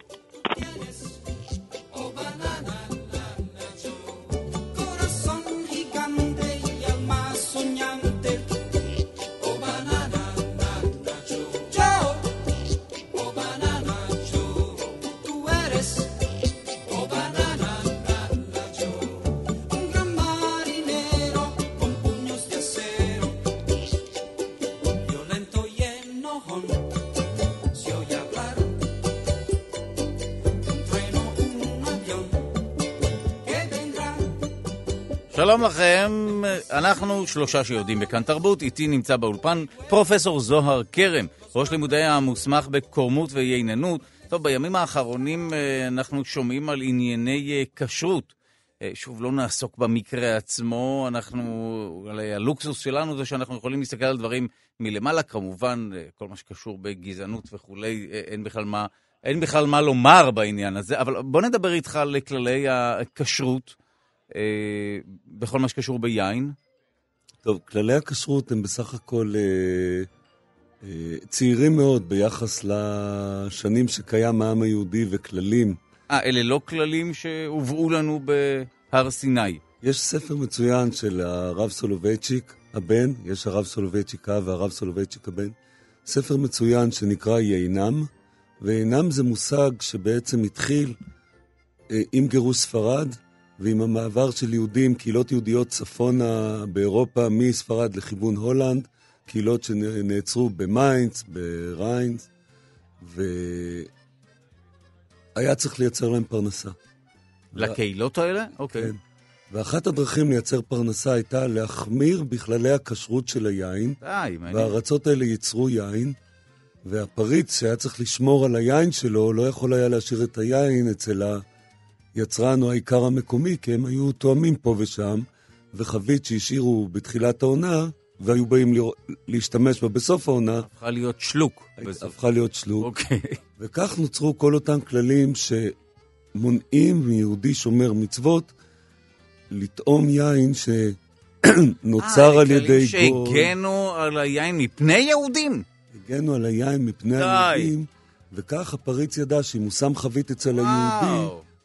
שלום לכם, אנחנו שלושה שיודעים בכאן תרבות, איתי נמצא באולפן פרופסור זוהר קרם, ראש לימודי המוסמך בקורמות וייננות. טוב, בימים האחרונים אנחנו שומעים על ענייני כשרות. שוב, לא נעסוק במקרה עצמו, הלוקסוס שלנו זה שאנחנו יכולים להסתכל על דברים מלמעלה, כמובן, כל מה שקשור בגזענות וכולי, אין בכלל מה לומר בעניין הזה, אבל בוא נדבר איתך על כללי הכשרות. בכל מה שקשור ביין. טוב, כללי הכשרות הם בסך הכל צעירים מאוד ביחס לשנים שקיים העם היהודי וכללים. אלה לא כללים שהובאו לנו בהר סיני. יש ספר מצוין של הרב סולובייצ'יק הבן, יש הרב סולובייצ'יק האב והרב סולובייצ'יק הבן, ספר מצוין שנקרא יינם, ויינם זה מושג שבעצם התחיל עם גירוש ספרד, ועם המעבר של יהודים, קהילות יהודיות צפונה באירופה, מספרד לכיוון הולנד, קהילות שנעצרו במיינץ, בריינס, והיה צריך לייצר להם פרנסה. לקהילות האלה? אוקיי. כן. ואחת הדרכים לייצר פרנסה הייתה להחמיר בכללי הכשרות של היין, והארצות האלה ייצרו יין, והפריץ שהיה צריך לשמור על היין שלו, לא יכול היה להשאיר את היין אצל יצרן או העיקר המקומי, כי הם היו תואמים פה ושם, וחבית שהשאירו בתחילת העונה, והיו באים להשתמש בה בסוף העונה. הפכה להיות שלוק. הפכה להיות שלוק. אוקיי. וכך נוצרו כל אותם כללים שמונעים מיהודי שומר מצוות, לטעום יין שנוצר על ידי גוי. כללים שהגנו על היין מפני יהודים? הגנו על היין מפני היהודים, וכך הפריץ ידע שאם הוא שם חבית אצל היהודי,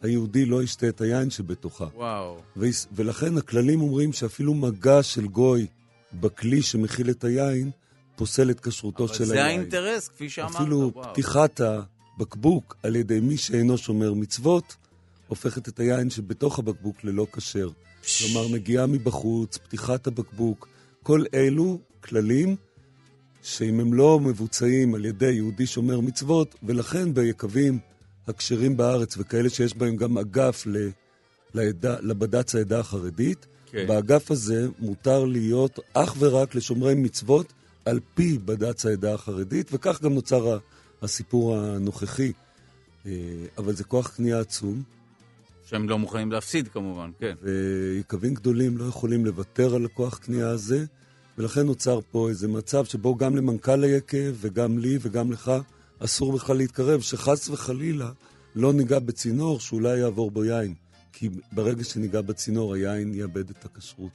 היהודי לא ישתה את היין שבתוכה. וואו. ולכן הכללים אומרים שאפילו מגע של גוי בכלי שמכיל את היין, פוסל את כשרותו של היין. אבל זה האינטרס, כפי שאמרת. אפילו פתיחת הבקבוק על ידי מי שאינו שומר מצוות, הופכת את היין שבתוך הבקבוק ללא כשר. כלומר, נגיעה מבחוץ, פתיחת הבקבוק, כל אלו כללים שאם הם לא מבוצעים על ידי יהודי שומר מצוות, ולכן ביקבים הכשרים בארץ וכאלה שיש בהם גם אגף לבד"ץ העדה החרדית, כן. באגף הזה מותר להיות אך ורק לשומרי מצוות על פי בד"ץ העדה החרדית, וכך גם נוצר הסיפור הנוכחי. אבל זה כוח קנייה עצום. שהם לא מוכנים להפסיד כמובן, כן. ויקבים גדולים לא יכולים לוותר על הכוח קנייה הזה, ולכן נוצר פה איזה מצב שבו גם למנכ"ל היקב וגם לי וגם לך אסור בכלל להתקרב, שחס וחלילה לא ניגע בצינור שאולי יעבור בו יין. כי ברגע שניגע בצינור היין יאבד את הכשרות.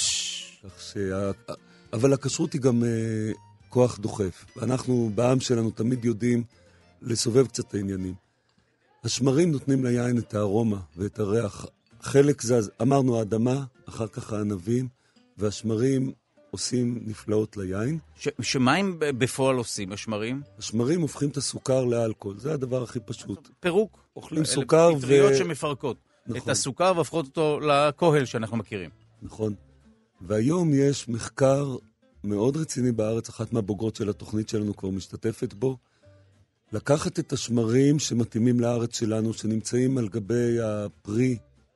אבל הכשרות היא גם כוח דוחף. אנחנו בעם שלנו תמיד יודעים לסובב קצת את העניינים. השמרים נותנים ליין את הארומה ואת הריח. חלק זה, אמרנו, האדמה, אחר כך הענבים, והשמרים עושים נפלאות ליין. שמה הם בפועל עושים, השמרים? השמרים הופכים את הסוכר לאלכוהול, זה הדבר הכי פשוט. פירוק. אוכלים סוכר אלה פטריות שמפרקות. נכון. את הסוכר והפכות אותו לכהל שאנחנו מכירים. נכון. והיום יש מחקר מאוד רציני בארץ, אחת מהבוגרות של התוכנית שלנו כבר משתתפת בו, לקחת את השמרים שמתאימים לארץ שלנו, שנמצאים על גבי הפרי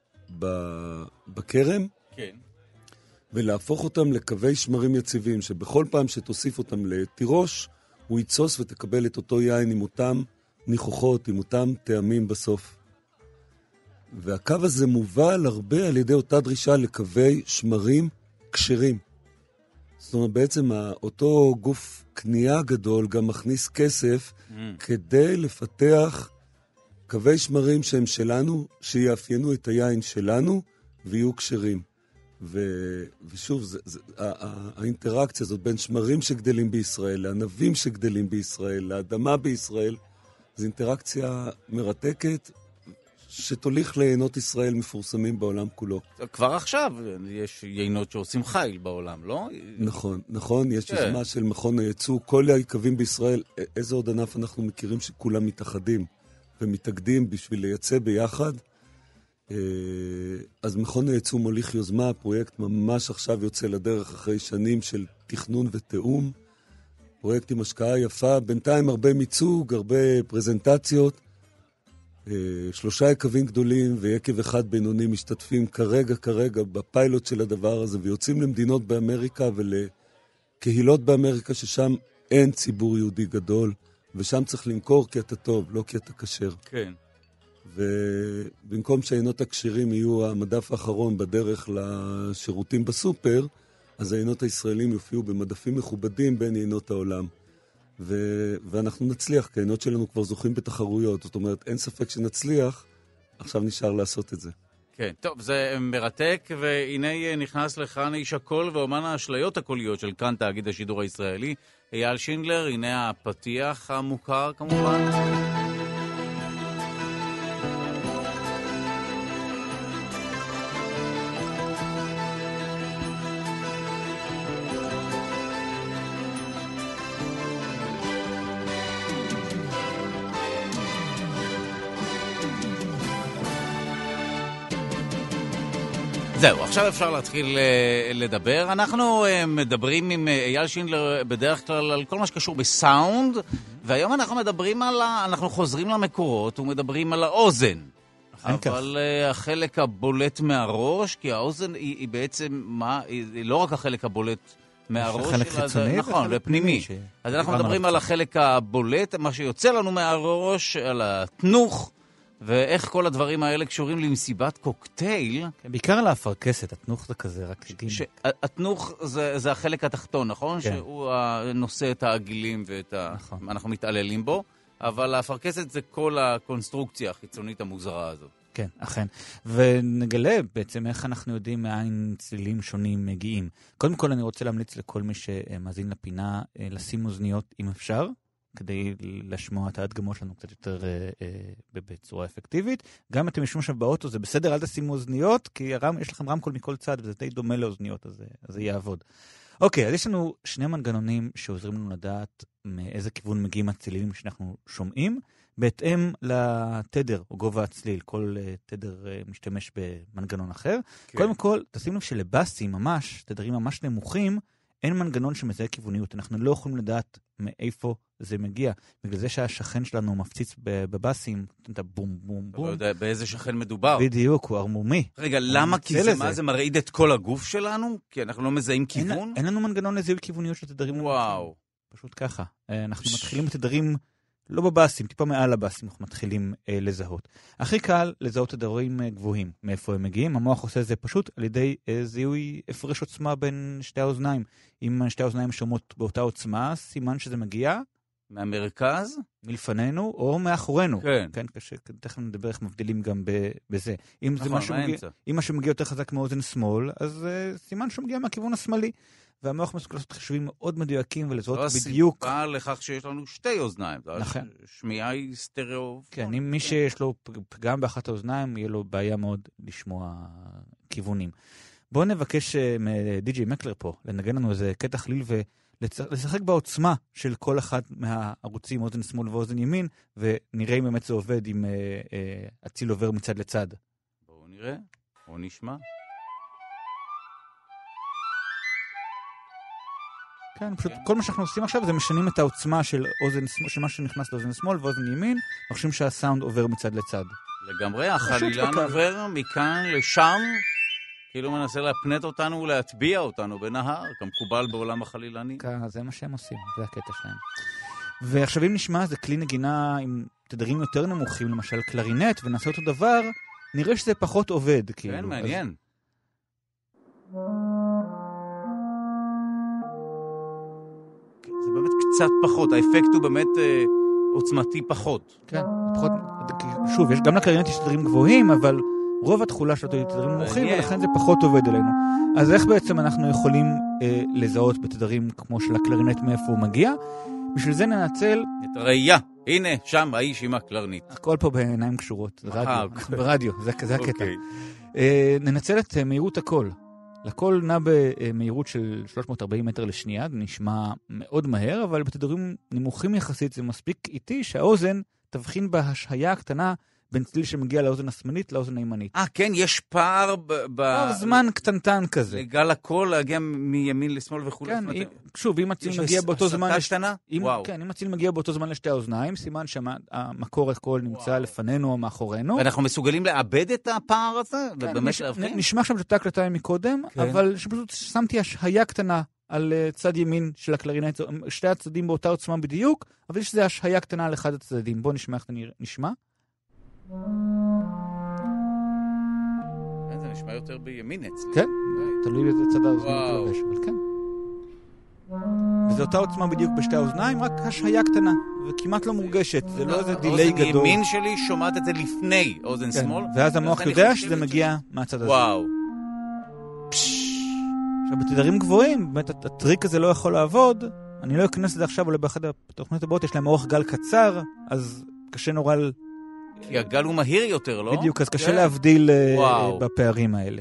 בכרם, כן. ולהפוך אותם לקווי שמרים יציבים, שבכל פעם שתוסיף אותם לתירוש, הוא יצוס ותקבל את אותו יין עם אותם ניחוחות, עם אותם טעמים בסוף. והקו הזה מובל הרבה על ידי אותה דרישה לקווי שמרים כשרים. זאת אומרת, בעצם אותו גוף קנייה גדול גם מכניס כסף כדי לפתח קווי שמרים שהם שלנו, שיאפיינו את היין שלנו ויהיו כשרים. ושוב, האינטראקציה הזאת בין שמרים שגדלים בישראל, לענבים שגדלים בישראל, לאדמה בישראל, זו אינטראקציה מרתקת שתוליך לעינות ישראל מפורסמים בעולם כולו. כבר עכשיו יש יינות שעושים חיל בעולם, לא? נכון, יש יוזמה של מכון הייצוא, כל היקבים בישראל, איזה עוד ענף אנחנו מכירים שכולם מתאחדים ומתאגדים בשביל לייצא ביחד. אז מכון הייצוא מוליך יוזמה, הפרויקט ממש עכשיו יוצא לדרך אחרי שנים של תכנון ותאום, פרויקט עם השקעה יפה, בינתיים הרבה מיצוג, הרבה פרזנטציות, 3 יקבים גדולים ויקב אחד בינוני משתתפים כרגע בפיילוט של הדבר הזה, ויוצאים למדינות באמריקה ולקהילות באמריקה ששם אין ציבור יהודי גדול, ושם צריך למכור כי אתה טוב, לא כי אתה כשר. כן. ובמקום שהעינות הכשרים יהיו המדף האחרון בדרך לשירותים בסופר, אז העינות הישראלים יופיעו במדפים מכובדים בין עינות העולם. ואנחנו נצליח, כי העינות שלנו כבר זוכים בתחרויות. זאת אומרת, אין ספק שנצליח, עכשיו נשאר לעשות את זה. כן, טוב, זה מרתק, והנה נכנס לכאן איש הקול ואומן האשליות הקוליות של כאן תאגיד השידור הישראלי, אייל שינדלר, הנה הפתיח המוכר כמובן. זהו, עכשיו אפשר להתחיל לדבר. אנחנו מדברים עם אייל שינדלר בדרך כלל על כל מה שקשור בסאונד, והיום אנחנו מדברים אנחנו חוזרים למקורות ומדברים על האוזן. אבל החלק הבולט מהראש, כי האוזן היא בעצם מה, היא לא רק החלק הבולט מהראש, חלק חיצוני, נכון, ופנימי. אז אנחנו מדברים על החלק הבולט, מה שיוצא לנו מהראש, על התנוך, ואיך כל הדברים האלה קשורים למסיבת קוקטייל. בעיקר על האפרכסת, התנוך זה כזה, רק התנוך זה החלק התחתון, נכון? שהוא נושא את העגילים אנחנו מתעללים בו, אבל האפרכסת זה כל הקונסטרוקציה החיצונית המוזרה הזאת. כן, אכן. ונגלה בעצם איך אנחנו יודעים מאין צלילים שונים מגיעים. קודם כל אני רוצה להמליץ לכל מי שמאזין לפינה לשים אוזניות אם אפשר. כדי לשמוע את ההדגמות שלנו קצת יותר בצורה אפקטיבית. גם אתם משום שבאוטו זה בסדר, אל תשימו אוזניות, כי יש לכם רמקול מכל צד, וזה די דומה לאוזניות, אז זה יעבוד. אוקיי, אז יש לנו שני מנגנונים שעוזרים לנו לדעת מאיזה כיוון מגיעים הצלילים שאנחנו שומעים, בהתאם לתדר או גובה הצליל. כל תדר משתמש במנגנון אחר. כן. קודם כל, תשימו לב שלבאסים ממש, תדרים ממש נמוכים, אין מנגנון שמזהה כיווניות. אנחנו לא יכולים לדעת מאיפה זה מגיע. בגלל זה שהשכן שלנו מפציץ בבאסים, אתה בום בום בום. לא יודע באיזה שכן מדובר. בדיוק, הוא ערמומי. רגע, למה? כי זה מה? זה מרעיד את כל הגוף שלנו? כי אנחנו לא מזהים כיוון? אין לנו מנגנון לזיהוי כיווניות של תדרים. וואו. פשוט ככה. אנחנו מתחילים בתדרים לא בבאסים, טיפה מעל הבאסים אנחנו מתחילים לזהות. הכי קל לזהות תדרים גבוהים. מאיפה הם מגיעים? המוח עושה זה פשוט על ידי זיהוי הפרש עוצמה בין שתי האוזניים. אם שתי האוזניים שומעות באותה עוצמה, סימן שזה מגיע מהמרכז? מלפנינו או מאחורינו. כן. כן, תכף נדבר איך מבדילים גם בזה. אם נכון, מה שמגיע יותר חזק מאוזן שמאל, אז סימן שהוא מגיע מהכיוון השמאלי. והמוח מסוגל לעשות חישובים מאוד מדויקים ולזהות בדיוק. זו הסיבה לכך שיש לנו שתי אוזניים. נכון. שמיעה היא סטריאו. כן, אם מי שיש לו פגם באחת האוזניים, יהיה לו בעיה מאוד לשמוע כיוונים. בואו נבקש מדי.ג'יי מקלר פה, לנגן לנו איזה קטע חליל ולשחק בעוצמה של כל אחד מהערוצים, אוזן שמאל ואוזן ימין, ונראה אם באמת זה עובד אם הציל עובר מצד לצד. בואו נראה, או נשמע. כן, פשוט כל מה שאנחנו עושים עכשיו זה משנים את העוצמה של מה שנכנס לאוזן שמאל ואוזן ימין, וחושבים שהסאונד עובר מצד לצד. לגמרי, החלילן עובר מכאן לשם, כאילו מנסה להפנט אותנו ולהטביע אותנו בנהר, כמקובל בעולם החלילני. זה מה שהם עושים, זה הקטע שלהם. ועכשיו אם נשמע, זה כלי נגינה עם תדרים יותר נמוכים, למשל קלרינט, ונעשה אותו דבר, נראה שזה פחות עובד. כן, מעניין. זה באמת קצת פחות, האפקט הוא באמת עוצמתי פחות. כן, פחות, שוב, יש גם לקלרינט יש תדרים גבוהים, אבל רוב התחולה שלו תדרים נמוכים, ולכן זה פחות עובד עלינו. אז איך בעצם אנחנו יכולים לזהות בתדרים כמו של הקלרינט מאיפה הוא מגיע? בשביל זה ננצל את הראייה. הנה, שם האיש עם הקלרנית. הכל פה בעיניים קשורות, ברדיו, זה הקטע. ננצל את מהירות הקול. לקול נע במהירות של 340 מטר לשנייה, זה נשמע מאוד מהר, אבל בתדרים נמוכים יחסית זה מספיק איטי שהאוזן תבחין בהשהיה הקטנה בין צליל שמגיע לאוזן השמאלית לאוזן הימנית. כן, יש פער פער זמן קטנטן כזה. לגל הקול להגיע מימין לשמאל וכו'. כן, שוב, אם הציל מגיע באותו זמן... יש הסתה קטנה? כן, אם הציל מגיע באותו זמן לשתי האוזניים, סימן שהמקור הקול נמצא לפנינו או מאחורינו. ואנחנו מסוגלים לאבד את הפער הזה? נשמע שם שאתה הקלטה מקודם, אבל שפשוט שמתי השהיה קטנה על צד ימין של הקלרינט, שתי הצדדים באותה עוצמה בדיוק, אבל יש זה השהיה קטנה על אחד הצדדים. בואו נשמע איך זה נשמע. זה נשמע יותר בימין אצלי. כן, תלוי באיזה צד האוזניים תלבש, אבל כן. וזו אותה עוצמה בדיוק בשתי האוזניים, רק השהיה קטנה, וכמעט לא מורגשת, זה לא איזה דילי גדול. אוזן ימין שלי שומעת את זה לפני אוזן שמאל. ואז המוח יודע שזה מגיע מהצד הזה. וואו. עכשיו, בתדרים גבוהים, באמת הטריק הזה לא יכול לעבוד, אני לא אכנס לזה עכשיו, אולי באחד התוכניות הבאות יש להם אורך גל קצר, אז קשה נורא... כי הגל הוא מהיר יותר, לא? בדיוק, אז קשה להבדיל בפערים האלה.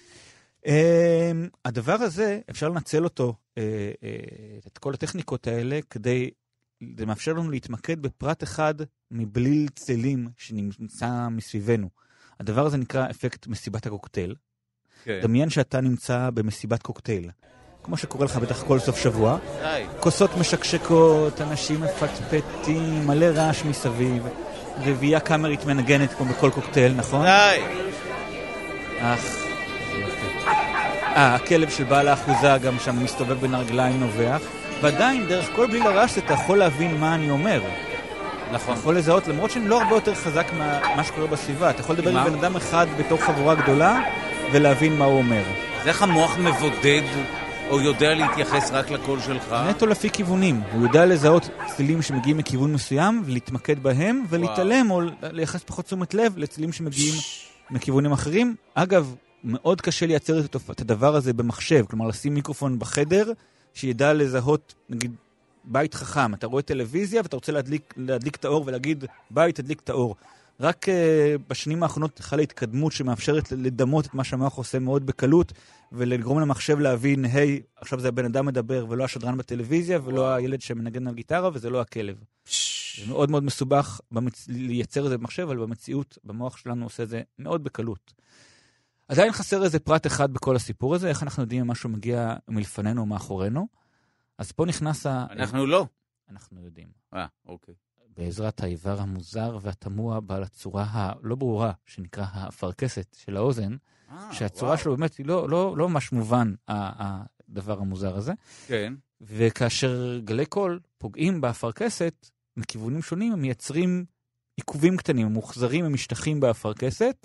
הדבר הזה, אפשר לנצל אותו, את כל הטכניקות האלה, כדי, זה מאפשר לנו להתמקד בפרט אחד מבליל צלילים שנמצא מסביבנו. הדבר הזה נקרא אפקט מסיבת הקוקטייל. דמיין שאתה נמצא במסיבת קוקטייל. כמו שקורה לך בטח כל סוף שבוע. כוסות משקשקות, אנשים מפטפטים, מלא רעש מסביב. רבייה קאמרית מנגנת כמו בכל קוקטייל, נכון? די! הכלב של בעל האחוזה גם שם מסתובב בין הרגליים נובח, ועדיין דרך כל בליל הרעש אתה יכול להבין מה אני אומר. נכון. אתה יכול לזהות, למרות שאני לא הרבה יותר חזק מה שקורה בסביבה. אתה יכול לדבר עם בן אדם אחד בתוך חבורה גדולה ולהבין מה הוא אומר. אז איך המוח מבודד או יודע להתייחס רק לקול שלך? נטו לפי כיוונים. הוא יודע לזהות צלילים שמגיעים מכיוון מסוים ולהתמקד בהם ולהתעלם או לייחס פחות תשומת לב לצלילים שמגיעים מכיוונים אחרים. אגב, מאוד קשה לייצר את הדבר הזה במחשב. כלומר, לשים מיקרופון בחדר שידע לזהות, נגיד, בית חכם, אתה רואה טלוויזיה ואתה רוצה להדליק את האור ולהגיד, בית תדליק את האור. רק בשנים האחרונות חלה התקדמות שמאפשרת לדמות את מה שהמוח עושה מאוד בקלות, ולגרום למחשב להבין, היי, עכשיו זה הבן אדם מדבר, ולא השדרן בטלוויזיה, ולא הילד שמנגן על גיטרה, וזה לא הכלב. זה מאוד מאוד מסובך לייצר את זה במחשב, אבל במציאות, במוח שלנו עושה זה מאוד בקלות. עדיין חסר איזה פרט אחד בכל הסיפור הזה, איך אנחנו יודעים אם משהו מגיע מלפנינו או מאחורינו. אז פה נכנס אנחנו לא. אנחנו יודעים. אוקיי. בעזרת האיבר המוזר והתמוה בעל הצורה הלא ברורה, שנקרא האפרכסת של האוזן, שהצורה שלו באמת היא לא ממש מובן, הדבר המוזר הזה. כן. וכאשר גלי קול פוגעים באפרכסת, מכיוונים שונים הם מייצרים עיכובים קטנים, הם מוחזרים, הם משטחים באפרכסת,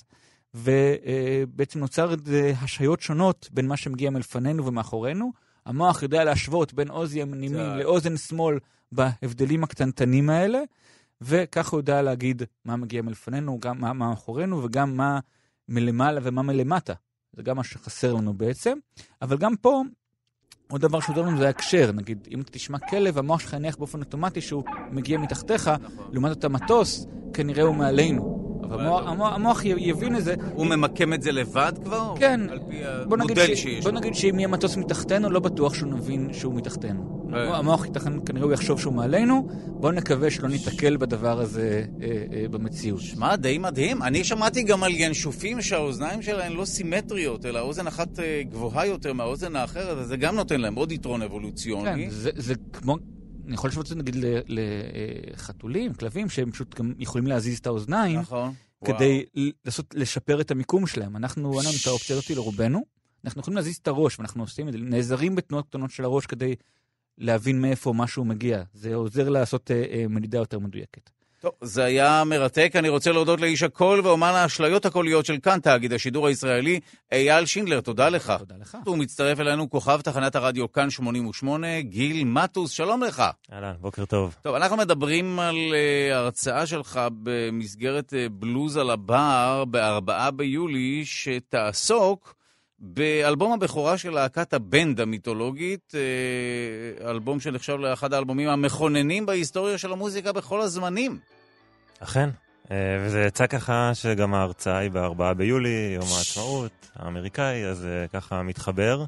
ובעצם נוצר השעיות שונות בין מה שמגיע מלפנינו ומאחורינו. המוח יודע להשוות בין אוזן ימין לאוזן שמאל בהבדלים הקטנטנים האלה, וכך הוא יודע להגיד מה מגיע מלפנינו, גם מה מאחורינו, וגם מה מלמעלה ומה מלמטה. זה גם מה שחסר לנו בעצם. אבל גם פה, עוד דבר שעוזר לנו זה ההקשר. נגיד, אם אתה תשמע כלב, המוח שלך יניח באופן אוטומטי שהוא מגיע מתחתיך, לעומת את המטוס, כנראה הוא מעלינו. אבל המוח יבין את זה. הוא ממקם את זה לבד כבר? כן. על פי המודל שיש. בוא נגיד שאם יהיה מטוס מתחתנו, לא בטוח שהוא נבין שהוא מתחתנו. המוח כנראה הוא יחשוב שהוא מעלינו, בוא נקווה שלא ניתקל בדבר הזה במציאות. שמע, די מדהים. אני שמעתי גם על ינשופים שהאוזניים שלהם לא סימטריות, אלא האוזן אחת גבוהה יותר מהאוזן האחרת, וזה גם נותן להם עוד יתרון אבולוציוני. כן, זה כמו... אני יכול לשמוע את זה נגיד לחתולים, כלבים, שהם פשוט גם יכולים להזיז את האוזניים, נכון. כדי לשפר את המיקום שלהם. אנחנו, אין לנו את האופציה הזאת לרובנו, אנחנו יכולים להזיז את הראש, ואנחנו עושים את זה, נעזרים בתנועות קטנות של הראש כדי להבין מאיפה משהו מגיע. זה עוזר לעשות מדידה יותר מדויקת. טוב, זה היה מרתק. אני רוצה להודות לאיש הקול ואומן האשליות הקוליות של כאן, תאגיד השידור הישראלי, אייל שינדלר, תודה לך. תודה לך. הוא מצטרף אלינו כוכב תחנת הרדיו כאן 88, גיל מטוס, שלום לך. אהלן, בוקר טוב. טוב, אנחנו מדברים על הרצאה שלך במסגרת בלוז על הבר ב4 ביולי, שתעסוק באלבום הבכורה של להקת הבנד המיתולוגית, אלבום שנחשב לאחד האלבומים המכוננים בהיסטוריה של המוזיקה בכל הזמנים. אכן, וזה יצא ככה שגם ההרצאה היא ב4 ביולי, יום העצמאות האמריקאי, אז ככה מתחבר.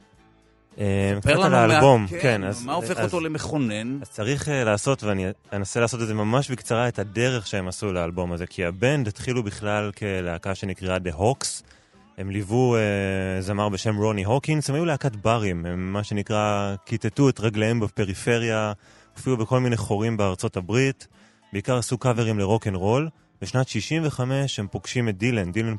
ספר לנו האלבום, כן, מה הופך אותו למכונן? אז צריך לעשות, ואני אנסה לעשות את זה ממש בקצרה, את הדרך שהם עשו לאלבום הזה, כי הבנד התחילו בכלל כלהקה שנקראה The Hawks, הם ליוו זמר בשם רוני הוקינס, הם היו להקת ברים, הם מה שנקרא כיתתו את רגליהם בפריפריה, הופיעו בכל מיני חורים בארצות הברית, בעיקר עשו קאברים לרוק אנד רול. בשנת 65 הם פוגשים את דילן, דילן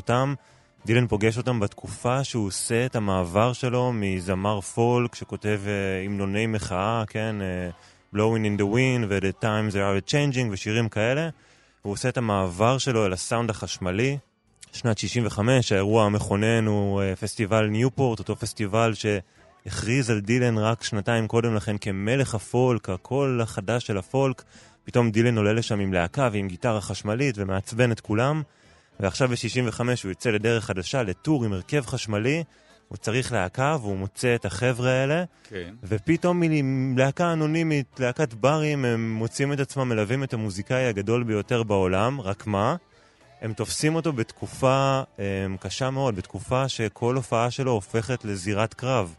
פוגש אותם בתקופה שהוא עושה את המעבר שלו מזמר פולק שכותב המנוני מחאה, כן, Blowing in the Wind ו-The Times Are Changing ושירים כאלה. הוא עושה את המעבר שלו אל הסאונד החשמלי. שנת 65, האירוע המכונן הוא פסטיבל ניופורט, אותו פסטיבל שהכריז על דילן רק שנתיים קודם לכן כמלך הפולק, הקול החדש של הפולק. פתאום דילן עולה לשם עם להקה ועם גיטרה חשמלית ומעצבן את כולם. ועכשיו ב-65 הוא יוצא לדרך חדשה, לטור עם הרכב חשמלי, הוא צריך להקה והוא מוצא את החבר'ה האלה. כן. ופתאום מלהקה אנונימית, להקת ברים, הם מוצאים את עצמם, מלווים את המוזיקאי הגדול ביותר בעולם, רק מה? הם תופסים אותו בתקופה קשה מאוד, בתקופה שכל הופעה שלו הופכת לזירת קרב.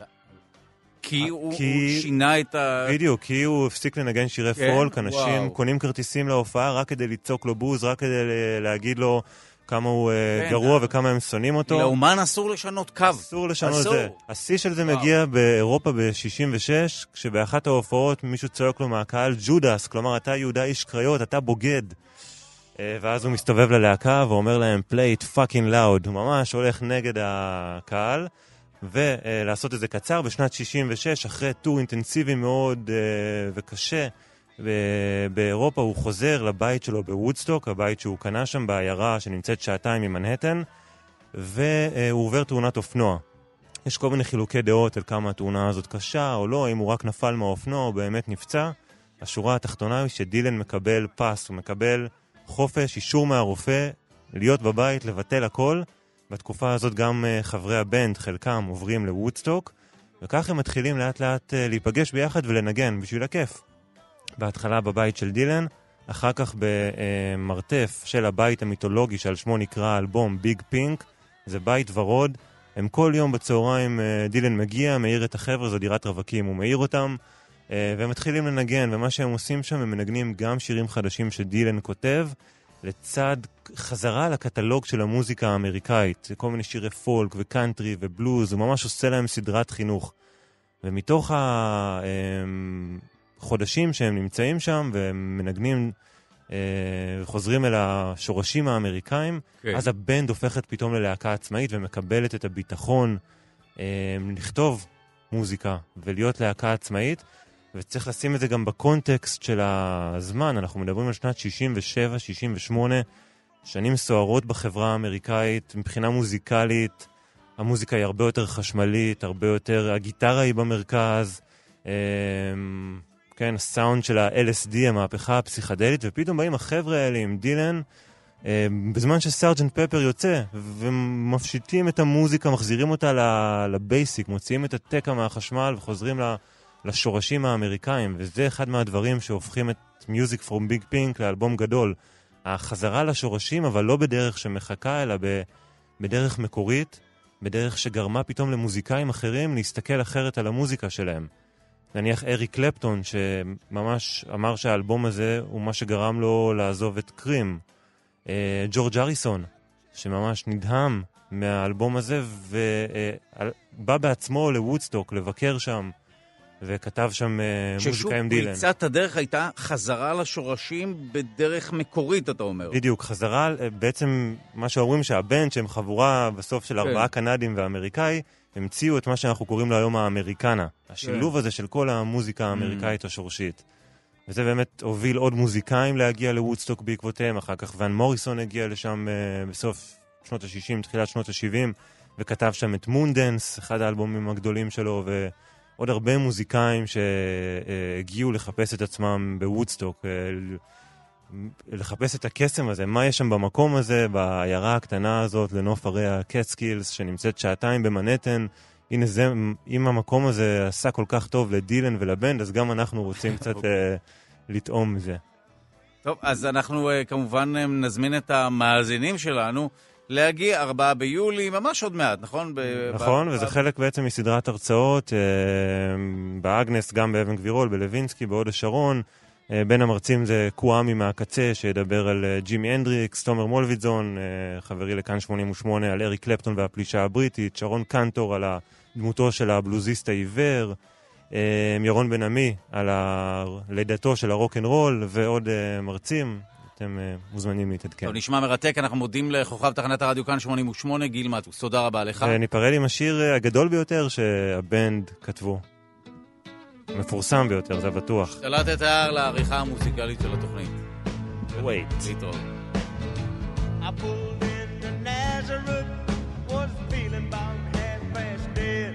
כי הוא שינה את בדיוק, כי הוא הפסיק לנגן שירי פולק, אנשים קונים כרטיסים להופעה רק כדי ליצוק לו בוז, רק כדי להגיד לו כמה הוא גרוע וכמה הם שונאים אותו. לאומן אסור לשנות קו. אסור לשנות זה. השיא של זה מגיע באירופה ב-66, כשבאחת ההופעות מישהו צועק לו מהקהל ג'ודס, כלומר אתה יהודה איש קריות, אתה בוגד. ואז הוא מסתובב ללהקה ואומר להם play it fucking loud, הוא ממש הולך נגד הקהל. ולעשות את זה קצר, בשנת 66, אחרי טור אינטנסיבי מאוד וקשה באירופה, הוא חוזר לבית שלו בוודסטוק, הבית שהוא קנה שם בעיירה שנמצאת שעתיים ממנהטן, והוא עובר תאונת אופנוע. יש כל מיני חילוקי דעות על כמה התאונה הזאת קשה או לא, אם הוא רק נפל מהאופנוע או באמת נפצע. השורה התחתונה היא שדילן מקבל פס, הוא מקבל חופש, אישור מהרופא, להיות בבית, לבטל הכל. בתקופה הזאת גם חברי הבנד, חלקם עוברים לוודסטוק, וכך הם מתחילים לאט לאט להיפגש ביחד ולנגן בשביל הכיף. בהתחלה בבית של דילן, אחר כך במרתף של הבית המיתולוגי שעל שמו נקרא האלבום ביג פינק, זה בית ורוד. הם כל יום בצהריים דילן מגיע, מאיר את החבר'ה, זו דירת רווקים, הוא מאיר אותם, והם מתחילים לנגן, ומה שהם עושים שם, הם מנגנים גם שירים חדשים שדילן כותב, לצד חזרה לקטלוג של המוזיקה האמריקאית, כל מיני שירי פולק וקאנטרי ובלוז, הוא ממש עושה להם סדרת חינוך. ומתוך החודשים שהם נמצאים שם, והם מנגנים וחוזרים אל השורשים האמריקאים, כן. אז הבנד הופכת פתאום ללהקה עצמאית ומקבלת את הביטחון לכתוב מוזיקה ולהיות להקה עצמאית, וצריך לשים את זה גם בקונטקסט של הזמן. אנחנו מדברים על שנת 67, 68, שנים סוערות בחברה האמריקאית, מבחינה מוזיקלית, המוזיקה היא הרבה יותר חשמלית, הרבה יותר, הגיטרה היא במרכז, כן, הסאונד של ה-LSD, המהפכה הפסיכדלית, ופתאום באים החבר'ה האלה עם דילן, בזמן שסרג'נט פפר יוצא, ומפשיטים את המוזיקה, מחזירים אותה לבייסיק, מוציאים את הטקה מהחשמל וחוזרים לשורשים האמריקאים, וזה אחד מהדברים שהופכים את Music from Big Pink לאלבום גדול. החזרה לשורשים, אבל לא בדרך שמחכה, אלא בדרך מקורית, בדרך שגרמה פתאום למוזיקאים אחרים להסתכל אחרת על המוזיקה שלהם. נניח אריק קלפטון, שממש אמר שהאלבום הזה הוא מה שגרם לו לעזוב את קרים. ג'ורג' אריסון, שממש נדהם מהאלבום הזה, ובא בעצמו לוודסטוק לבקר שם, וכתב שם מוזיקה עם דילן. ששוב, פריצת הדרך הייתה חזרה לשורשים בדרך מקורית, אתה אומר. בדיוק, חזרה, בעצם מה שאומרים שהבנד, שהם חבורה בסוף של 4 קנדים ואמריקאי, המציאו את מה שאנחנו קוראים לו היום האמריקנה. השילוב הזה של כל המוזיקה האמריקאית השורשית. וזה באמת הוביל עוד מוזיקאים להגיע לוודסטוק בעקבותיהם, אחר כך ון מוריסון הגיע לשם בסוף שנות ה-60, תחילת שנות ה-70, וכתב שם את מונדנס, אחד האלבומים הגדולים שלו, ועוד הרבה מוזיקאים שהגיעו לחפש את עצמם בוודסטוק, לחפש את הקסם הזה, מה יש שם במקום הזה, בעיירה הקטנה הזאת, לנוף הרי הקטסקילס, שנמצאת שעתיים במנהטן. הנה זה, אם המקום הזה עשה כל כך טוב לדילן ולבנד, אז גם אנחנו רוצים קצת לטעום מזה. טוב, אז אנחנו כמובן נזמין את המאזינים שלנו להגיע 4 ביולי, ממש עוד מעט, נכון? נכון, וזה חלק בעצם מסדרת הרצאות, באגנס, גם באבן גבירול, בלווינסקי, בהוד השרון. בין המרצים זה קואמי מהקצה, שידבר על ג'ימי הנדריקס, תומר מולביטזון, חברי לכאן 88, על אריק קלפטון והפלישה הבריטית, שרון קנטור על דמותו של הבלוזיסט העיוור, ירון בן עמי על לידתו של הרוק'נ'רול, ועוד מרצים. אתם מוזמנים להתעדכן. טוב, נשמע מרתק, אנחנו מודים לכוכב תחנת הרדיו כאן 88, גיל מטוס. תודה רבה לך. ניפרד עם השיר הגדול ביותר שהבנד כתבו. מפורסם ביותר, זה בטוח. שלט את הער לעריכה המוזיקלית של התוכנית. Wait. להתראות. I pulled into Nazareth, was feeling about half-past dead.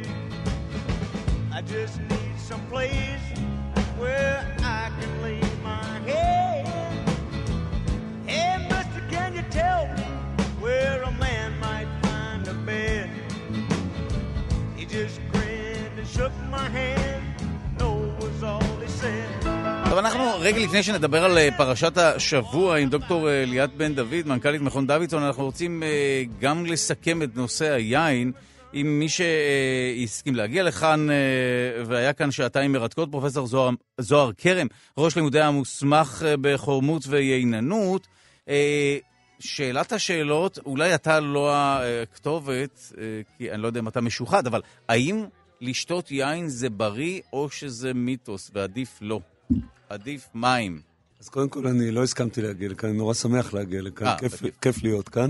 I just need some place where I can lay my head. Hey, mister, can you tell me where a man might find a bed? He just grinned and shook my hand. טוב, אנחנו רגע לפני שנדבר על פרשת השבוע עם דוקטור ליאת בן דוד, מנכ"לית מכון דוידסון, אנחנו רוצים גם לסכם את נושא היין עם מי שהסכים להגיע לכאן והיה כאן שעתיים מרתקות, פרופסור זוהר קרם, ראש לימודי המוסמך בחורמות וייננות. שאלת השאלות, אולי אתה לא הכתובת, כי אני לא יודע אם אתה משוחד, אבל האם לשתות יין זה בריא או שזה מיתוס ועדיף לא? עדיף מים. אז קודם כל אני לא הסכמתי להגיע לכאן, אני נורא שמח להגיע לכאן, כיף להיות כאן.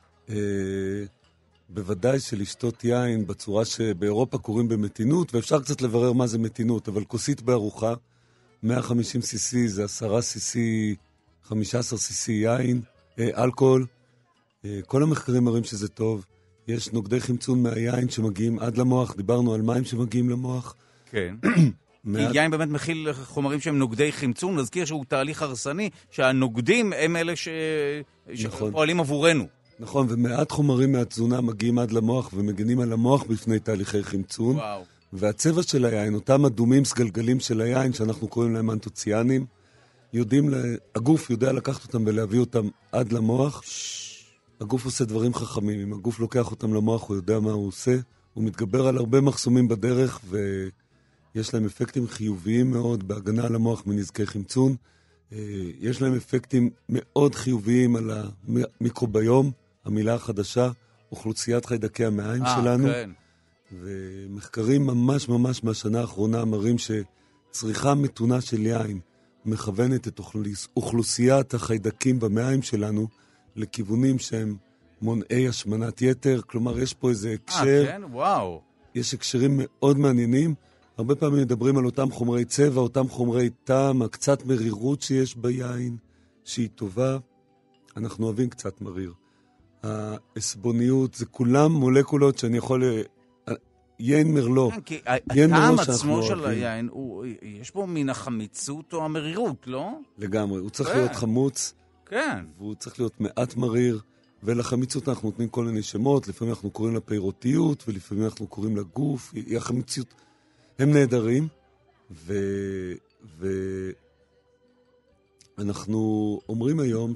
בוודאי שלשתות יין בצורה שבאירופה קוראים במתינות, ואפשר קצת לברר מה זה מתינות, אבל כוסית בארוחה, 150 cc זה 10 cc, 15 cc יין, אלכוהול, כל המחקרים מראים שזה טוב. יש נוגדי חמצון מהיין שמגיעים עד למוח, דיברנו על מים שמגיעים למוח. כן. כי יין באמת מכיל חומרים שהם נוגדי חמצון, נזכיר שהוא תהליך הרסני, שהנוגדים הם אלה שפועלים עבורנו. נכון, ומעט חומרים מהתזונה מגיעים עד למוח ומגנים על המוח בפני תהליכי חמצון. וואו. והצבע של היין, אותם אדומים סגלגלים של היין, שאנחנו קוראים להם אנטוציאנים, הגוף יודע לקחת אותם ולהביא אותם עד למוח. הגוף עושה דברים חכמים. אם הגוף לוקח אותם למוח, הוא יודע מה הוא עושה. הוא מתגבר על הרבה מחסומים בדרך, ויש להם אפקטים חיוביים מאוד בהגנה על המוח מנזקי חמצון. יש להם אפקטים מאוד חיוביים על המיקרוביום, המילה החדשה, אוכלוסיית חיידקי המעיים שלנו. כן. ומחקרים ממש ממש מהשנה האחרונה מראים שצריכה מתונה של יין מכוונת את אוכלוסיית החיידקים במעיים שלנו לכיוונים שהם מונעי השמנת יתר. כלומר, יש פה איזה הקשר. כן? וואו. יש הקשרים מאוד מעניינים. הרבה פעמים מדברים על אותם חומרי צבע, אותם חומרי טעם, הקצת מרירות שיש ביין, שהיא טובה. אנחנו אוהבים קצת מריר. העסבוניות, זה כולם מולקולות שאני יכול... יין מרלו. כן, כי הטעם עצמו של היין, יש בו מן החמיצות או המרירות, לא? לגמרי. הוא צריך להיות חמוץ. כן. והוא צריך להיות מעט מריר. ולחמיצות אנחנו נותנים כל מיני שמות. לפעמים אנחנו קוראים לה פירותיות, ולפעמים אנחנו קוראים לה גוף. היא החמיצות. הם נהדרים. ואנחנו אומרים היום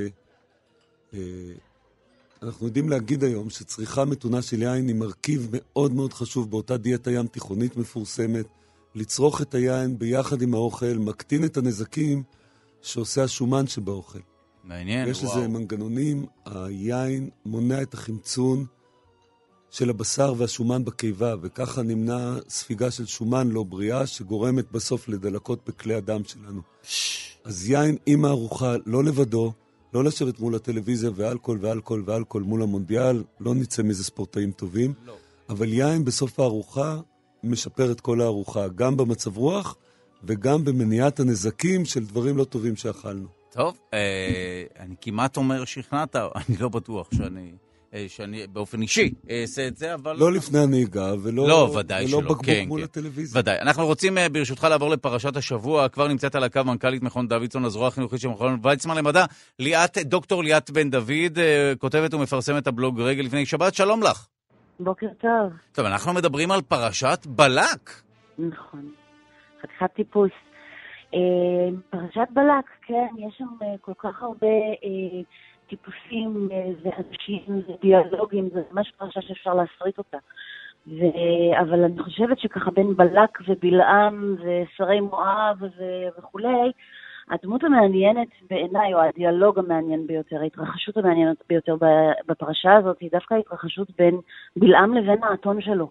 אנחנו יודעים להגיד היום שצריכה מתונה של יין היא מרכיב מאוד מאוד חשוב באותה דיאטה ים תיכונית מפורסמת. לצרוך את היין ביחד עם האוכל, מקטין את הנזקים שעושה השומן שבאוכל. מעניין, יש לזה מנגנונים, היין מונע את החמצון של הבשר והשומן בקיבה, וככה נמנע ספיגה של שומן לא בריאה, שגורמת בסוף לדלקות בכלי הדם שלנו. אז יין עם הארוחה, לא לבדו, לא לשבת מול הטלוויזיה ואלכוהול ואלכוהול ואלכוהול מול המונדיאל, לא נצא מזה ספורטאים טובים, לא. אבל יין בסוף הארוחה משפר את כל הארוחה, גם במצב רוח וגם במניעת הנזקים של דברים לא טובים שאכלנו. טוב, אני כמעט אומר שכנעת, אני לא בטוח שאני באופן אישי אעשה את זה, אבל... לא לפני הנהיגה ולא בקבוק מול הטלוויזיה. ודאי. אנחנו רוצים ברשותך לעבור לפרשת השבוע. כבר נמצאת על הקו מנכ"לית מכון דוידסון, הזרוע החינוכית של מכון ויצמן למדע, דוקטור ליאת בן דוד, כותבת ומפרסמת הבלוג רגע לפני שבת. שלום לך. בוקר טוב. טוב, אנחנו מדברים על פרשת בלק. נכון. חתיכת טיפוס. פרשת בלק, כן, יש שם כל כך הרבה טיפוסים ואנשים ודיאלוגים, זה ממש פרשה שאפשר להסריט אותה. אבל אני חושבת שככה בין בלק ובלעם ושרי מואב וכולי, הדמות המעניינת בעיניי, או הדיאלוג המעניין ביותר, ההתרחשות המעניינת ביותר בפרשה הזאת, היא דווקא ההתרחשות בין בלעם לבין האתון שלו.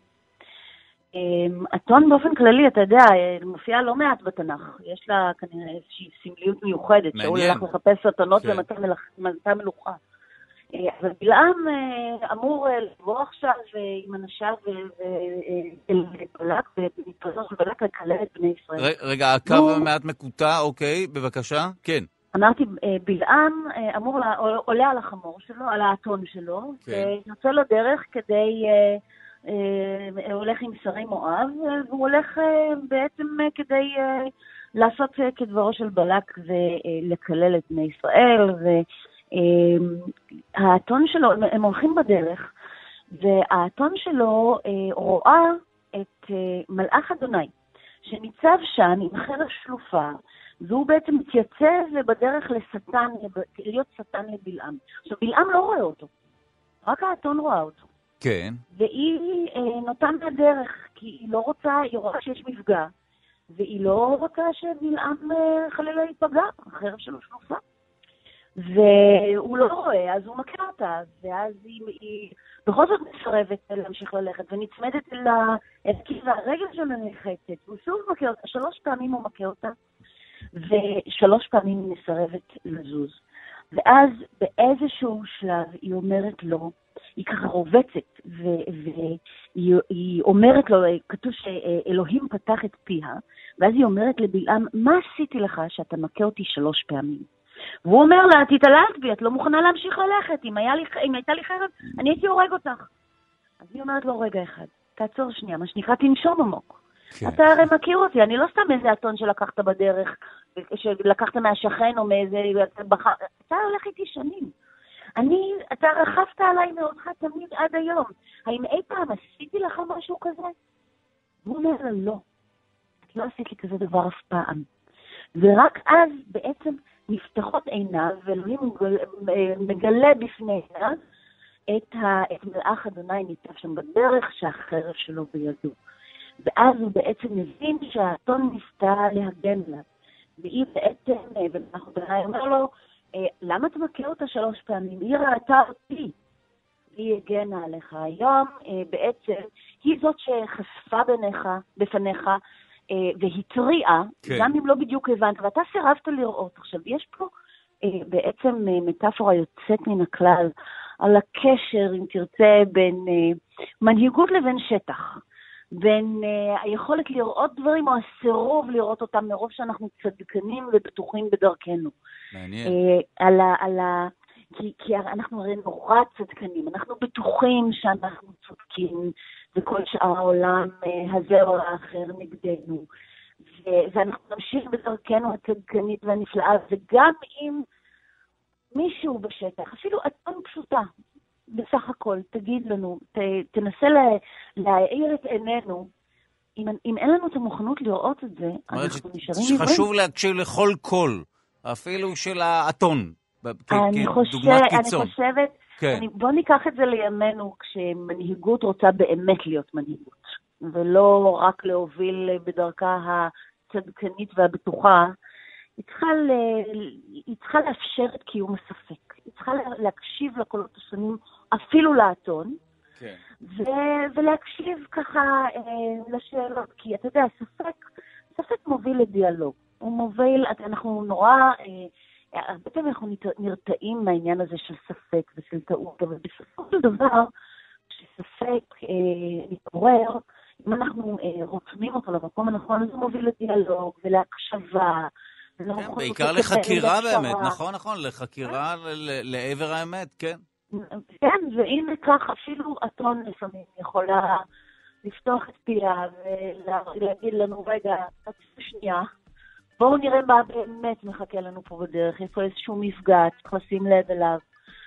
אתון באופן כללי, אתה יודע, מופיעה לא מעט בתנ"ך. יש לה כנראה איזושהי סמליות מיוחדת, שהוא הולך לחפש אתונות ומתה מלוכה. אבל בלעם אמור לבוא עכשיו עם אנשיו ובלק, ובמתפזר של בלק לקלל את בני ישראל. רגע, הקו מעט מקוטע, אוקיי, בבקשה, כן. אמרתי, בלעם אמור עולה על החמור שלו, על האתון שלו, ויוצא לו דרך כדי... הולך עם שרי מואב, והוא הולך בעצם כדי לעשות כדברו של בלק ולקלל את בני ישראל, והאתון שלו, הם הולכים בדרך, והאתון שלו רואה את מלאך אדוני, שניצב שם עם חרב שלופה, והוא בעצם מתייצב בדרך לשטן, להיות שטן לבלעם. עכשיו, בלעם לא רואה אותו, רק האתון רואה אותו. כן. והיא נותן מהדרך, כי היא לא רוצה, היא רואה שיש מפגע, והיא לא רוצה שבלעם חלילה ייפגע, החרב שלו שלופה. והוא לא רואה, אז הוא מכה אותה, ואז היא בכל זאת מסרבת להמשיך ללכת, ונצמדת אל הכיס, והרגל שלו נחצת, והוא שוב מכה אותה, 3 פעמים הוא מכה אותה, ו3 פעמים היא מסרבת לזוז. ואז באיזשהו שלב היא אומרת לו, היא ככה רובצת, והיא אומרת לו, כתוב שאלוהים פתח את פיה, ואז היא אומרת לבלעם, מה עשיתי לך שאתה מכה אותי 3 פעמים? והוא אומר לה, תתעללת בי, את לא מוכנה להמשיך ללכת, אם הייתה לי חרב, אני הייתי הורג אותך. אז היא אומרת לו, רגע אחד, תעצור שנייה, מה שנקרא תנשום עמוק. כן. אתה הרי מכיר אותי, אני לא סתם איזה אתון שלקחת בדרך, שלקחת מהשכן או מאיזה, אתה הולך איתי שנים. אתה רכבת עליי מאותך תמיד עד היום. האם אי פעם עשיתי לך משהו כזה? והוא אומר לה, לא, את לא עשית לי כזה דבר אף פעם. ורק אז בעצם נפתחות עיניו, ואלוהים מגלה בפני עיניו את מלאך אדוני ניצב שם בדרך שהחרב שלו בידו. ואז הוא בעצם מבין שהאתון ניסתה להגן לה. והיא בעצם, ומלאך אדוני אומר לו, למה אתה מכה אותה 3 פעמים? היא ראתה אותי. היא הגנה עליך. היום בעצם היא זאת שחשפה בפניך והתריעה, כן. גם אם לא בדיוק הבנת, ואתה סירבת לראות. עכשיו, יש פה בעצם מטאפורה יוצאת מן הכלל, על הקשר, אם תרצה, בין מנהיגות לבין שטח. בין היכולת לראות דברים או הסירוב לראות אותם מרוב שאנחנו צדקנים ובטוחים בדרכנו. מעניין. כי אנחנו הרי נורא צדקנים, אנחנו בטוחים שאנחנו צודקים, וכל שאר העולם הזה או האחר נגדנו. ואנחנו נמשיך בדרכנו הצדקנית והנפלאה, וגם אם מישהו בשטח, אפילו אתון פשוטה, בסך הכל, תגיד לנו, תנסה להאיר את עינינו, אם אין לנו את המוכנות לראות את זה, אנחנו נשארים עיוורים. חשוב להקשיב לכל קול, אפילו של האתון, כדוגמת קיצון. בוא ניקח את זה לימינו, כשמנהיגות רוצה באמת להיות מנהיגות, ולא רק להוביל בדרכה הצדקנית והבטוחה, היא צריכה לאפשר את קיום הספק. היא צריכה להקשיב לקולות השונים, אפילו לאתון, כן. ולהקשיב ככה לשאלות. כי אתה יודע, ספק מוביל לדיאלוג. הוא מוביל, אנחנו נורא, הרבה פעמים אנחנו נרתעים מהעניין הזה של ספק ושל טעות, אבל בסופו של דבר, כשספק מתעורר, אם אנחנו רותמים אותו למקום הנכון, אז הוא מוביל לדיאלוג ולהקשבה, בעיקר לחקירה באמת, נכון, לחקירה לעבר האמת, כן. כן, והנה כך אפילו אתון לפעמים יכולה לפתוח את פיה ולהגיד לנו, רגע, שנייה, בואו נראה מה באמת מחכה לנו פה בדרך, איפה איזשהו מפגע, צריך לשים לב אליו.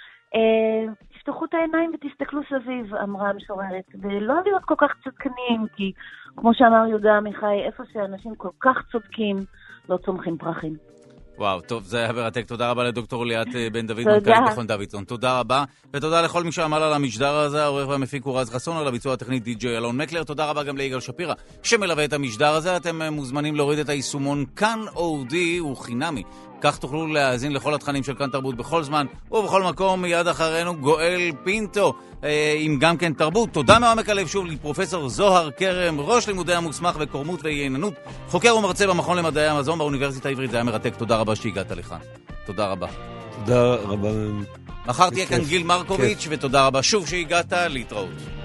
תפתחו את העיניים ותסתכלו סביב, אמרה המשוררת, ולא להיות כל כך צדקנים, כי כמו שאמר יהודה עמיחי, איפה שאנשים כל כך צודקים, לא צומחים פרחים. וואו, טוב, זה היה מרתק. תודה רבה לדוקטור ליאת בן דוד, מנכ"לית מכון דוידסון. תודה רבה, ותודה לכל מי שעמל על המשדר הזה, העורך והמפיק הוא רז חסון, על הביצוע הטכני די.ג'יי אלון מקלר. תודה רבה גם ליגאל שפירא, שמלווה את המשדר הזה. אתם מוזמנים להוריד את היישומון כאן אודי, הוא חינמי. כך תוכלו להאזין לכל התכנים של כאן תרבות בכל זמן ובכל מקום. מיד אחרינו גואל פינטו עם גם כן תרבות. תודה מעומק הלב שוב לפרופסור זוהר קרם, ראש לימודי המוסמך וקורמות ויעננות, חוקר ומרצה במכון למדעי המזון באוניברסיטה העברית. זה היה מרתק. תודה רבה שהגעת לכאן. תודה רבה. תודה רבה. מחר תהיה כאן גיל מרקוביץ', ותודה רבה שוב שהגעת. להתראות.